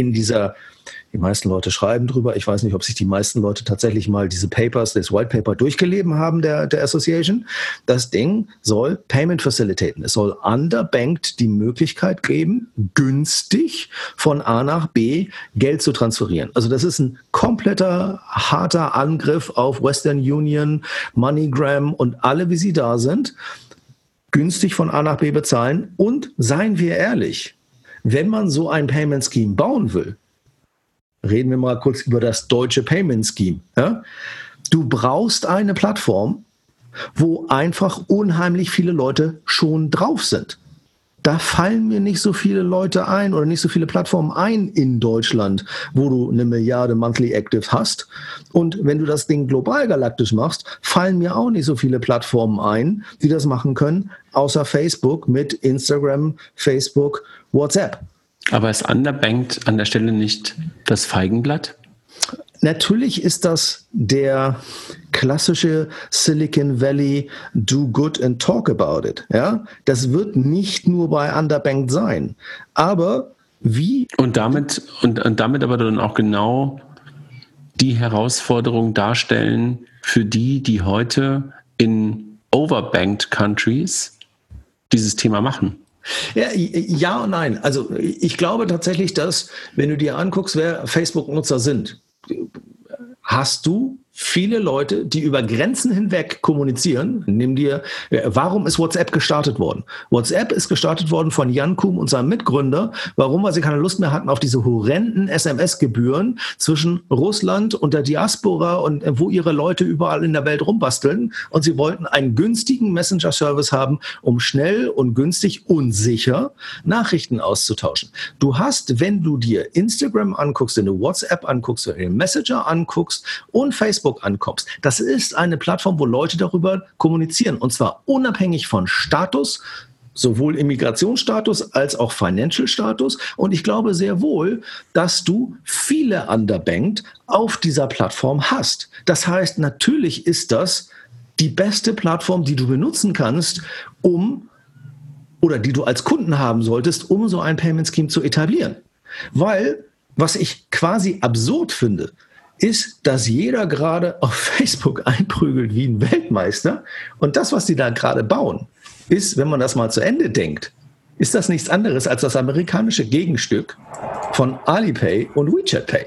die meisten Leute schreiben drüber. Ich weiß nicht, ob sich die meisten Leute tatsächlich mal diese Papers, das White Paper durchgelesen haben, der Association. Das Ding soll Payment facilitaten. Es soll underbanked die Möglichkeit geben, günstig von A nach B Geld zu transferieren. Also das ist ein kompletter, harter Angriff auf Western Union, MoneyGram und alle, wie sie da sind. Günstig von A nach B bezahlen und seien wir ehrlich, wenn man so ein Payment Scheme bauen will, reden wir mal kurz über das deutsche Payment Scheme. Ja? Du brauchst eine Plattform, wo einfach unheimlich viele Leute schon drauf sind. Da fallen mir nicht so viele Leute ein oder nicht so viele Plattformen ein in Deutschland, wo du 1 Milliarde Monthly Active hast. Und wenn du das Ding global galaktisch machst, fallen mir auch nicht so viele Plattformen ein, die das machen können, außer Facebook mit Instagram, Facebook, WhatsApp. Aber ist underbanked an der Stelle nicht das Feigenblatt? Natürlich ist das der klassische Silicon Valley do good and talk about it. Ja? Das wird nicht nur bei underbanked sein. Aber wie... Und damit aber dann auch genau die Herausforderung darstellen für die heute in overbanked countries dieses Thema machen. Ja und nein. Also ich glaube tatsächlich, dass, wenn du dir anguckst, wer Facebook-Nutzer sind, hast du viele Leute, die über Grenzen hinweg kommunizieren. Warum ist WhatsApp gestartet worden? WhatsApp ist gestartet worden von Jan Koum und seinem Mitgründer. Warum? Weil sie keine Lust mehr hatten auf diese horrenden SMS-Gebühren zwischen Russland und der Diaspora und wo ihre Leute überall in der Welt rumbasteln. Und sie wollten einen günstigen Messenger-Service haben, um schnell und günstig und sicher Nachrichten auszutauschen. Du hast, wenn du dir Instagram anguckst, wenn du WhatsApp anguckst, wenn du Messenger anguckst und Facebook ankommst. Das ist eine Plattform, wo Leute darüber kommunizieren. Und zwar unabhängig von Status, sowohl Immigrationsstatus als auch Financial Status. Und ich glaube sehr wohl, dass du viele underbanked auf dieser Plattform hast. Das heißt, natürlich ist das die beste Plattform, die du benutzen kannst, oder die du als Kunden haben solltest, um so ein Payment Scheme zu etablieren. Weil, was ich quasi absurd finde, ist, dass jeder gerade auf Facebook einprügelt wie ein Weltmeister. Und das, was die da gerade bauen, ist, wenn man das mal zu Ende denkt, ist das nichts anderes als das amerikanische Gegenstück von Alipay und WeChat Pay.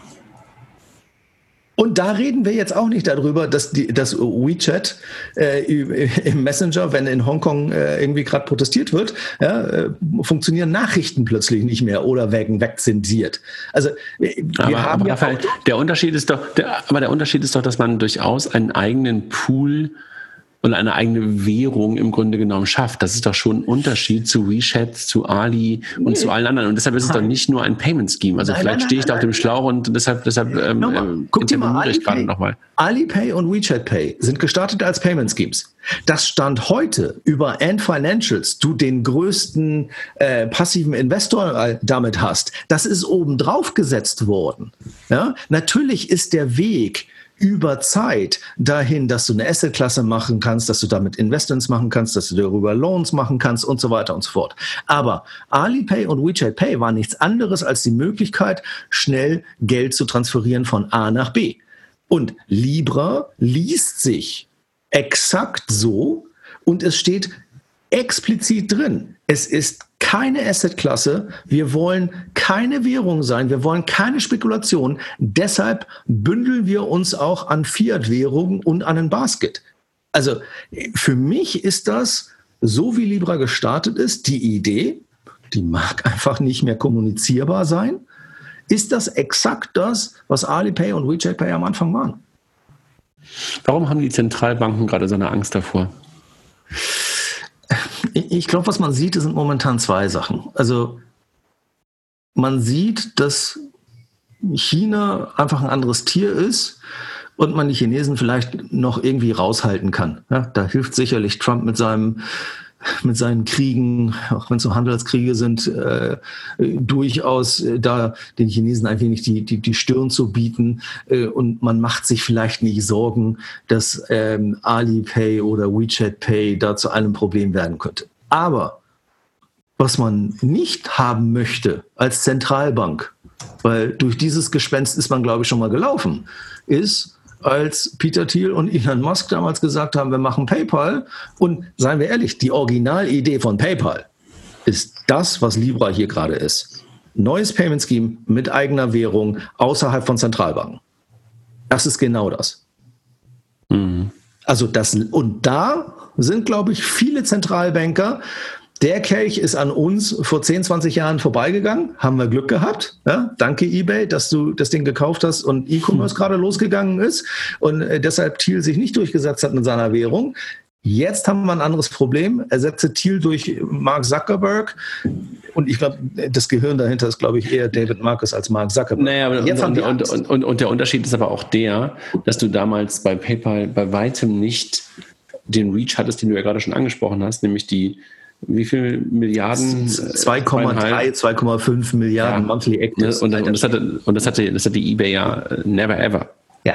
Und da reden wir jetzt auch nicht darüber, dass das WeChat im Messenger, wenn in Hongkong irgendwie gerade protestiert wird, funktionieren Nachrichten plötzlich nicht mehr oder werden wegzensiert. Also aber Raphael, der Unterschied ist doch, dass man durchaus einen eigenen Pool und eine eigene Währung im Grunde genommen schafft. Das ist doch schon ein Unterschied zu WeChat, zu Ali und zu allen anderen. Und deshalb ist es doch nicht nur ein Payment Scheme. Also vielleicht stehe ich da auf dem Schlauch und deshalb guck dir mal Alipay und WeChat Pay sind gestartet als Payment Schemes. Das Stand heute über Ant Financials, du den größten passiven Investor damit hast, das ist obendrauf gesetzt worden. Ja? Natürlich ist der Weg über Zeit dahin, dass du eine Assetklasse machen kannst, dass du damit Investments machen kannst, dass du darüber Loans machen kannst und so weiter und so fort. Aber Alipay und WeChat Pay waren nichts anderes als die Möglichkeit, schnell Geld zu transferieren von A nach B. Und Libra liest sich exakt so und es steht explizit drin. Es ist keine Assetklasse, wir wollen keine Währung sein, wir wollen keine Spekulation. Deshalb bündeln wir uns auch an Fiat-Währungen und an ein Basket. Also für mich ist das, so wie Libra gestartet ist, die Idee, die mag einfach nicht mehr kommunizierbar sein, ist das exakt das, was Alipay und WeChat Pay am Anfang waren. Warum haben die Zentralbanken gerade so eine Angst davor? Ich glaube, was man sieht, sind momentan zwei Sachen. Also man sieht, dass China einfach ein anderes Tier ist und man die Chinesen vielleicht noch irgendwie raushalten kann. Ja, da hilft sicherlich Trump mit seinen Kriegen, auch wenn es so Handelskriege sind, durchaus da den Chinesen ein wenig die Stirn zu bieten. Und man macht sich vielleicht nicht Sorgen, dass Alipay oder WeChat Pay da zu einem Problem werden könnte. Aber was man nicht haben möchte als Zentralbank, weil durch dieses Gespenst ist man, glaube ich, schon mal gelaufen, ist, als Peter Thiel und Elon Musk damals gesagt haben, wir machen PayPal. Und seien wir ehrlich, die Originalidee von PayPal ist das, was Libra hier gerade ist. Neues Payment Scheme mit eigener Währung außerhalb von Zentralbanken. Das ist genau das. Mhm. Also und da sind, glaube ich, viele Zentralbanker. Der Kelch ist an uns vor 10, 20 Jahren vorbeigegangen. Haben wir Glück gehabt. Ja, danke eBay, dass du das Ding gekauft hast und E-Commerce gerade losgegangen ist und deshalb Thiel sich nicht durchgesetzt hat mit seiner Währung. Jetzt haben wir ein anderes Problem. Ersetze Thiel durch Mark Zuckerberg. Und ich glaube, das Gehirn dahinter ist, glaube ich, eher David Marcus als Mark Zuckerberg. Naja, und der Unterschied ist aber auch der, dass du damals bei PayPal bei weitem nicht den Reach hattest, den du ja gerade schon angesprochen hast, nämlich die wie viel Milliarden? 2,3, 2,5 Milliarden Monthly Actives. Und das hatte eBay ja never ever. Ja.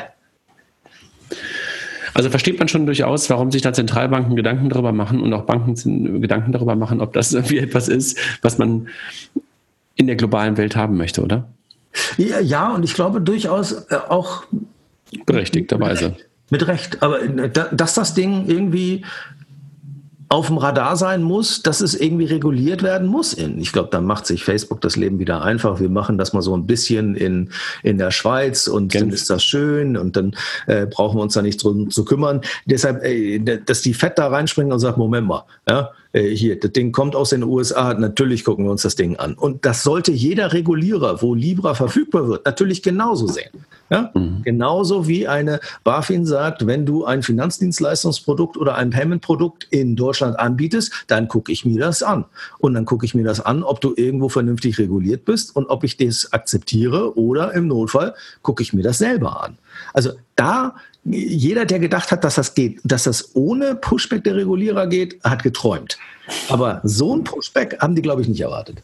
Also versteht man schon durchaus, warum sich da Zentralbanken Gedanken darüber machen und auch Banken Gedanken darüber machen, ob das irgendwie etwas ist, was man in der globalen Welt haben möchte, oder? Ja, und ich glaube durchaus auch berechtigterweise. Mit Recht. Aber dass das Ding irgendwie auf dem Radar sein muss, dass es irgendwie reguliert werden muss. Ich glaube, dann macht sich Facebook das Leben wieder einfach. Wir machen das mal so ein bisschen in der Schweiz und dann ist das schön und dann brauchen wir uns da nicht drum zu kümmern. Deshalb, dass die Fed da reinspringen und sagt, Moment mal, ja, hier, das Ding kommt aus den USA, natürlich gucken wir uns das Ding an. Und das sollte jeder Regulierer, wo Libra verfügbar wird, natürlich genauso sehen. Ja? Genauso wie eine BaFin sagt, wenn du ein Finanzdienstleistungsprodukt oder ein Payment-Produkt in Deutschland anbietest, dann gucke ich mir das an. Und dann gucke ich mir das an, ob du irgendwo vernünftig reguliert bist und ob ich das akzeptiere oder im Notfall gucke ich mir das selber an. Also da, jeder, der gedacht hat, dass das geht, dass das ohne Pushback der Regulierer geht, hat geträumt. Aber so ein Pushback haben die, glaube ich, nicht erwartet.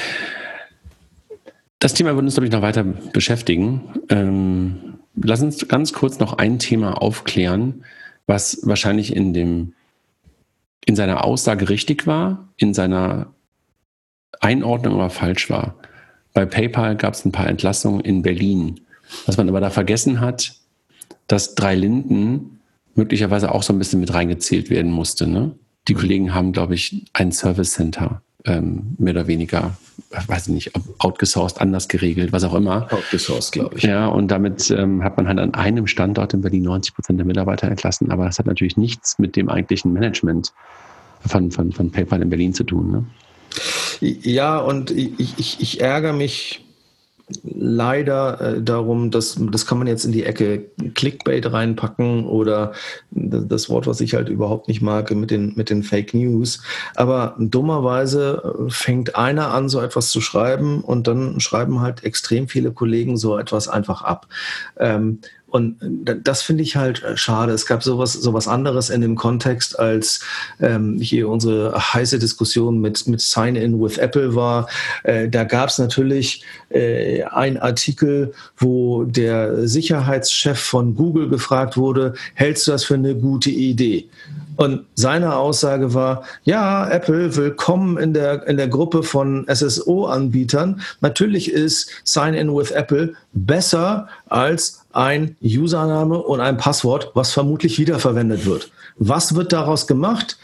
Das Thema wird uns, glaube ich, noch weiter beschäftigen. Lass uns ganz kurz noch ein Thema aufklären, was wahrscheinlich in seiner Aussage richtig war, in seiner Einordnung aber falsch war. Bei PayPal gab es ein paar Entlassungen in Berlin. Was man aber da vergessen hat, dass 3 Linden möglicherweise auch so ein bisschen mit reingezählt werden musste. Ne? Die Kollegen haben, glaube ich, ein Service Center mehr oder weniger, weiß ich nicht, outgesourced, anders geregelt, was auch immer. Outgesourced, glaube ich. Ja, und damit hat man halt an einem Standort in Berlin 90% der Mitarbeiter entlassen, aber das hat natürlich nichts mit dem eigentlichen Management von PayPal in Berlin zu tun. Ne? Ja, und ich ärgere mich leider darum, das kann man jetzt in die Ecke Clickbait reinpacken oder das Wort, was ich halt überhaupt nicht mag, mit den Fake News. Aber dummerweise fängt einer an, so etwas zu schreiben und dann schreiben halt extrem viele Kollegen so etwas einfach ab. Und das finde ich halt schade. Es gab sowas anderes in dem Kontext, als hier unsere heiße Diskussion mit Sign-in with Apple war. Da gab es natürlich einen Artikel, wo der Sicherheitschef von Google gefragt wurde, hältst du das für eine gute Idee? Und seine Aussage war, ja, Apple, willkommen in der Gruppe von SSO-Anbietern. Natürlich ist Sign-in with Apple besser als ein Username und ein Passwort, was vermutlich wiederverwendet wird. Was wird daraus gemacht?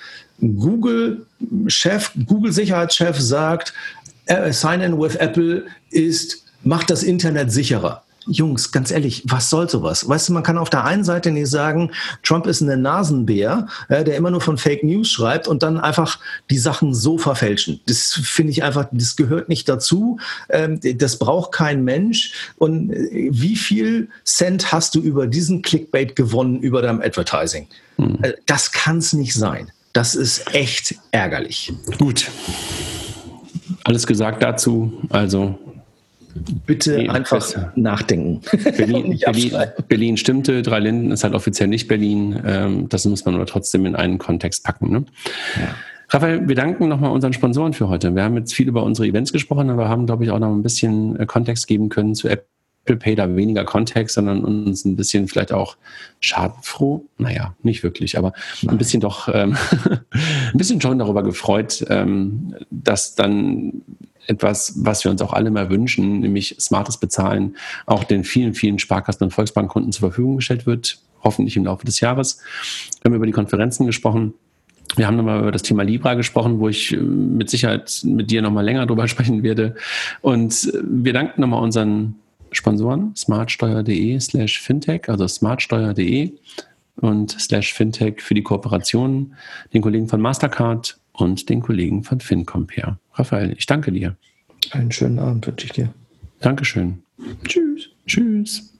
Google-Sicherheitschef sagt, Sign-in with Apple macht das Internet sicherer. Jungs, ganz ehrlich, was soll sowas? Weißt du, man kann auf der einen Seite nicht sagen, Trump ist ein Nasenbär, der immer nur von Fake News schreibt und dann einfach die Sachen so verfälschen. Das finde ich einfach, das gehört nicht dazu. Das braucht kein Mensch. Und wie viel Cent hast du über diesen Clickbait gewonnen über deinem Advertising? Das kann es nicht sein. Das ist echt ärgerlich. Gut. Alles gesagt dazu, also bitte einfach nachdenken. Berlin stimmte, 3 Linden ist halt offiziell nicht Berlin. Das muss man aber trotzdem in einen Kontext packen. Ne? Ja. Raphael, wir danken nochmal unseren Sponsoren für heute. Wir haben jetzt viel über unsere Events gesprochen, aber haben, glaube ich, auch noch ein bisschen Kontext geben können zu Apple Pay, da weniger Kontext, sondern uns ein bisschen vielleicht auch schadenfroh. Naja, nicht wirklich, aber ein bisschen doch, ein bisschen schon darüber gefreut, dass dann etwas, was wir uns auch alle mal wünschen, nämlich smartes Bezahlen, auch den vielen, vielen Sparkassen- und Volksbankkunden zur Verfügung gestellt wird, hoffentlich im Laufe des Jahres. Wir haben über die Konferenzen gesprochen. Wir haben nochmal über das Thema Libra gesprochen, wo ich mit Sicherheit mit dir nochmal länger drüber sprechen werde. Und wir danken nochmal unseren Sponsoren, smartsteuer.de/fintech, also smartsteuer.de und /fintech für die Kooperation, den Kollegen von Mastercard und den Kollegen von FinCompare. Raphael, ich danke dir. Einen schönen Abend wünsche ich dir. Dankeschön. Tschüss. Tschüss.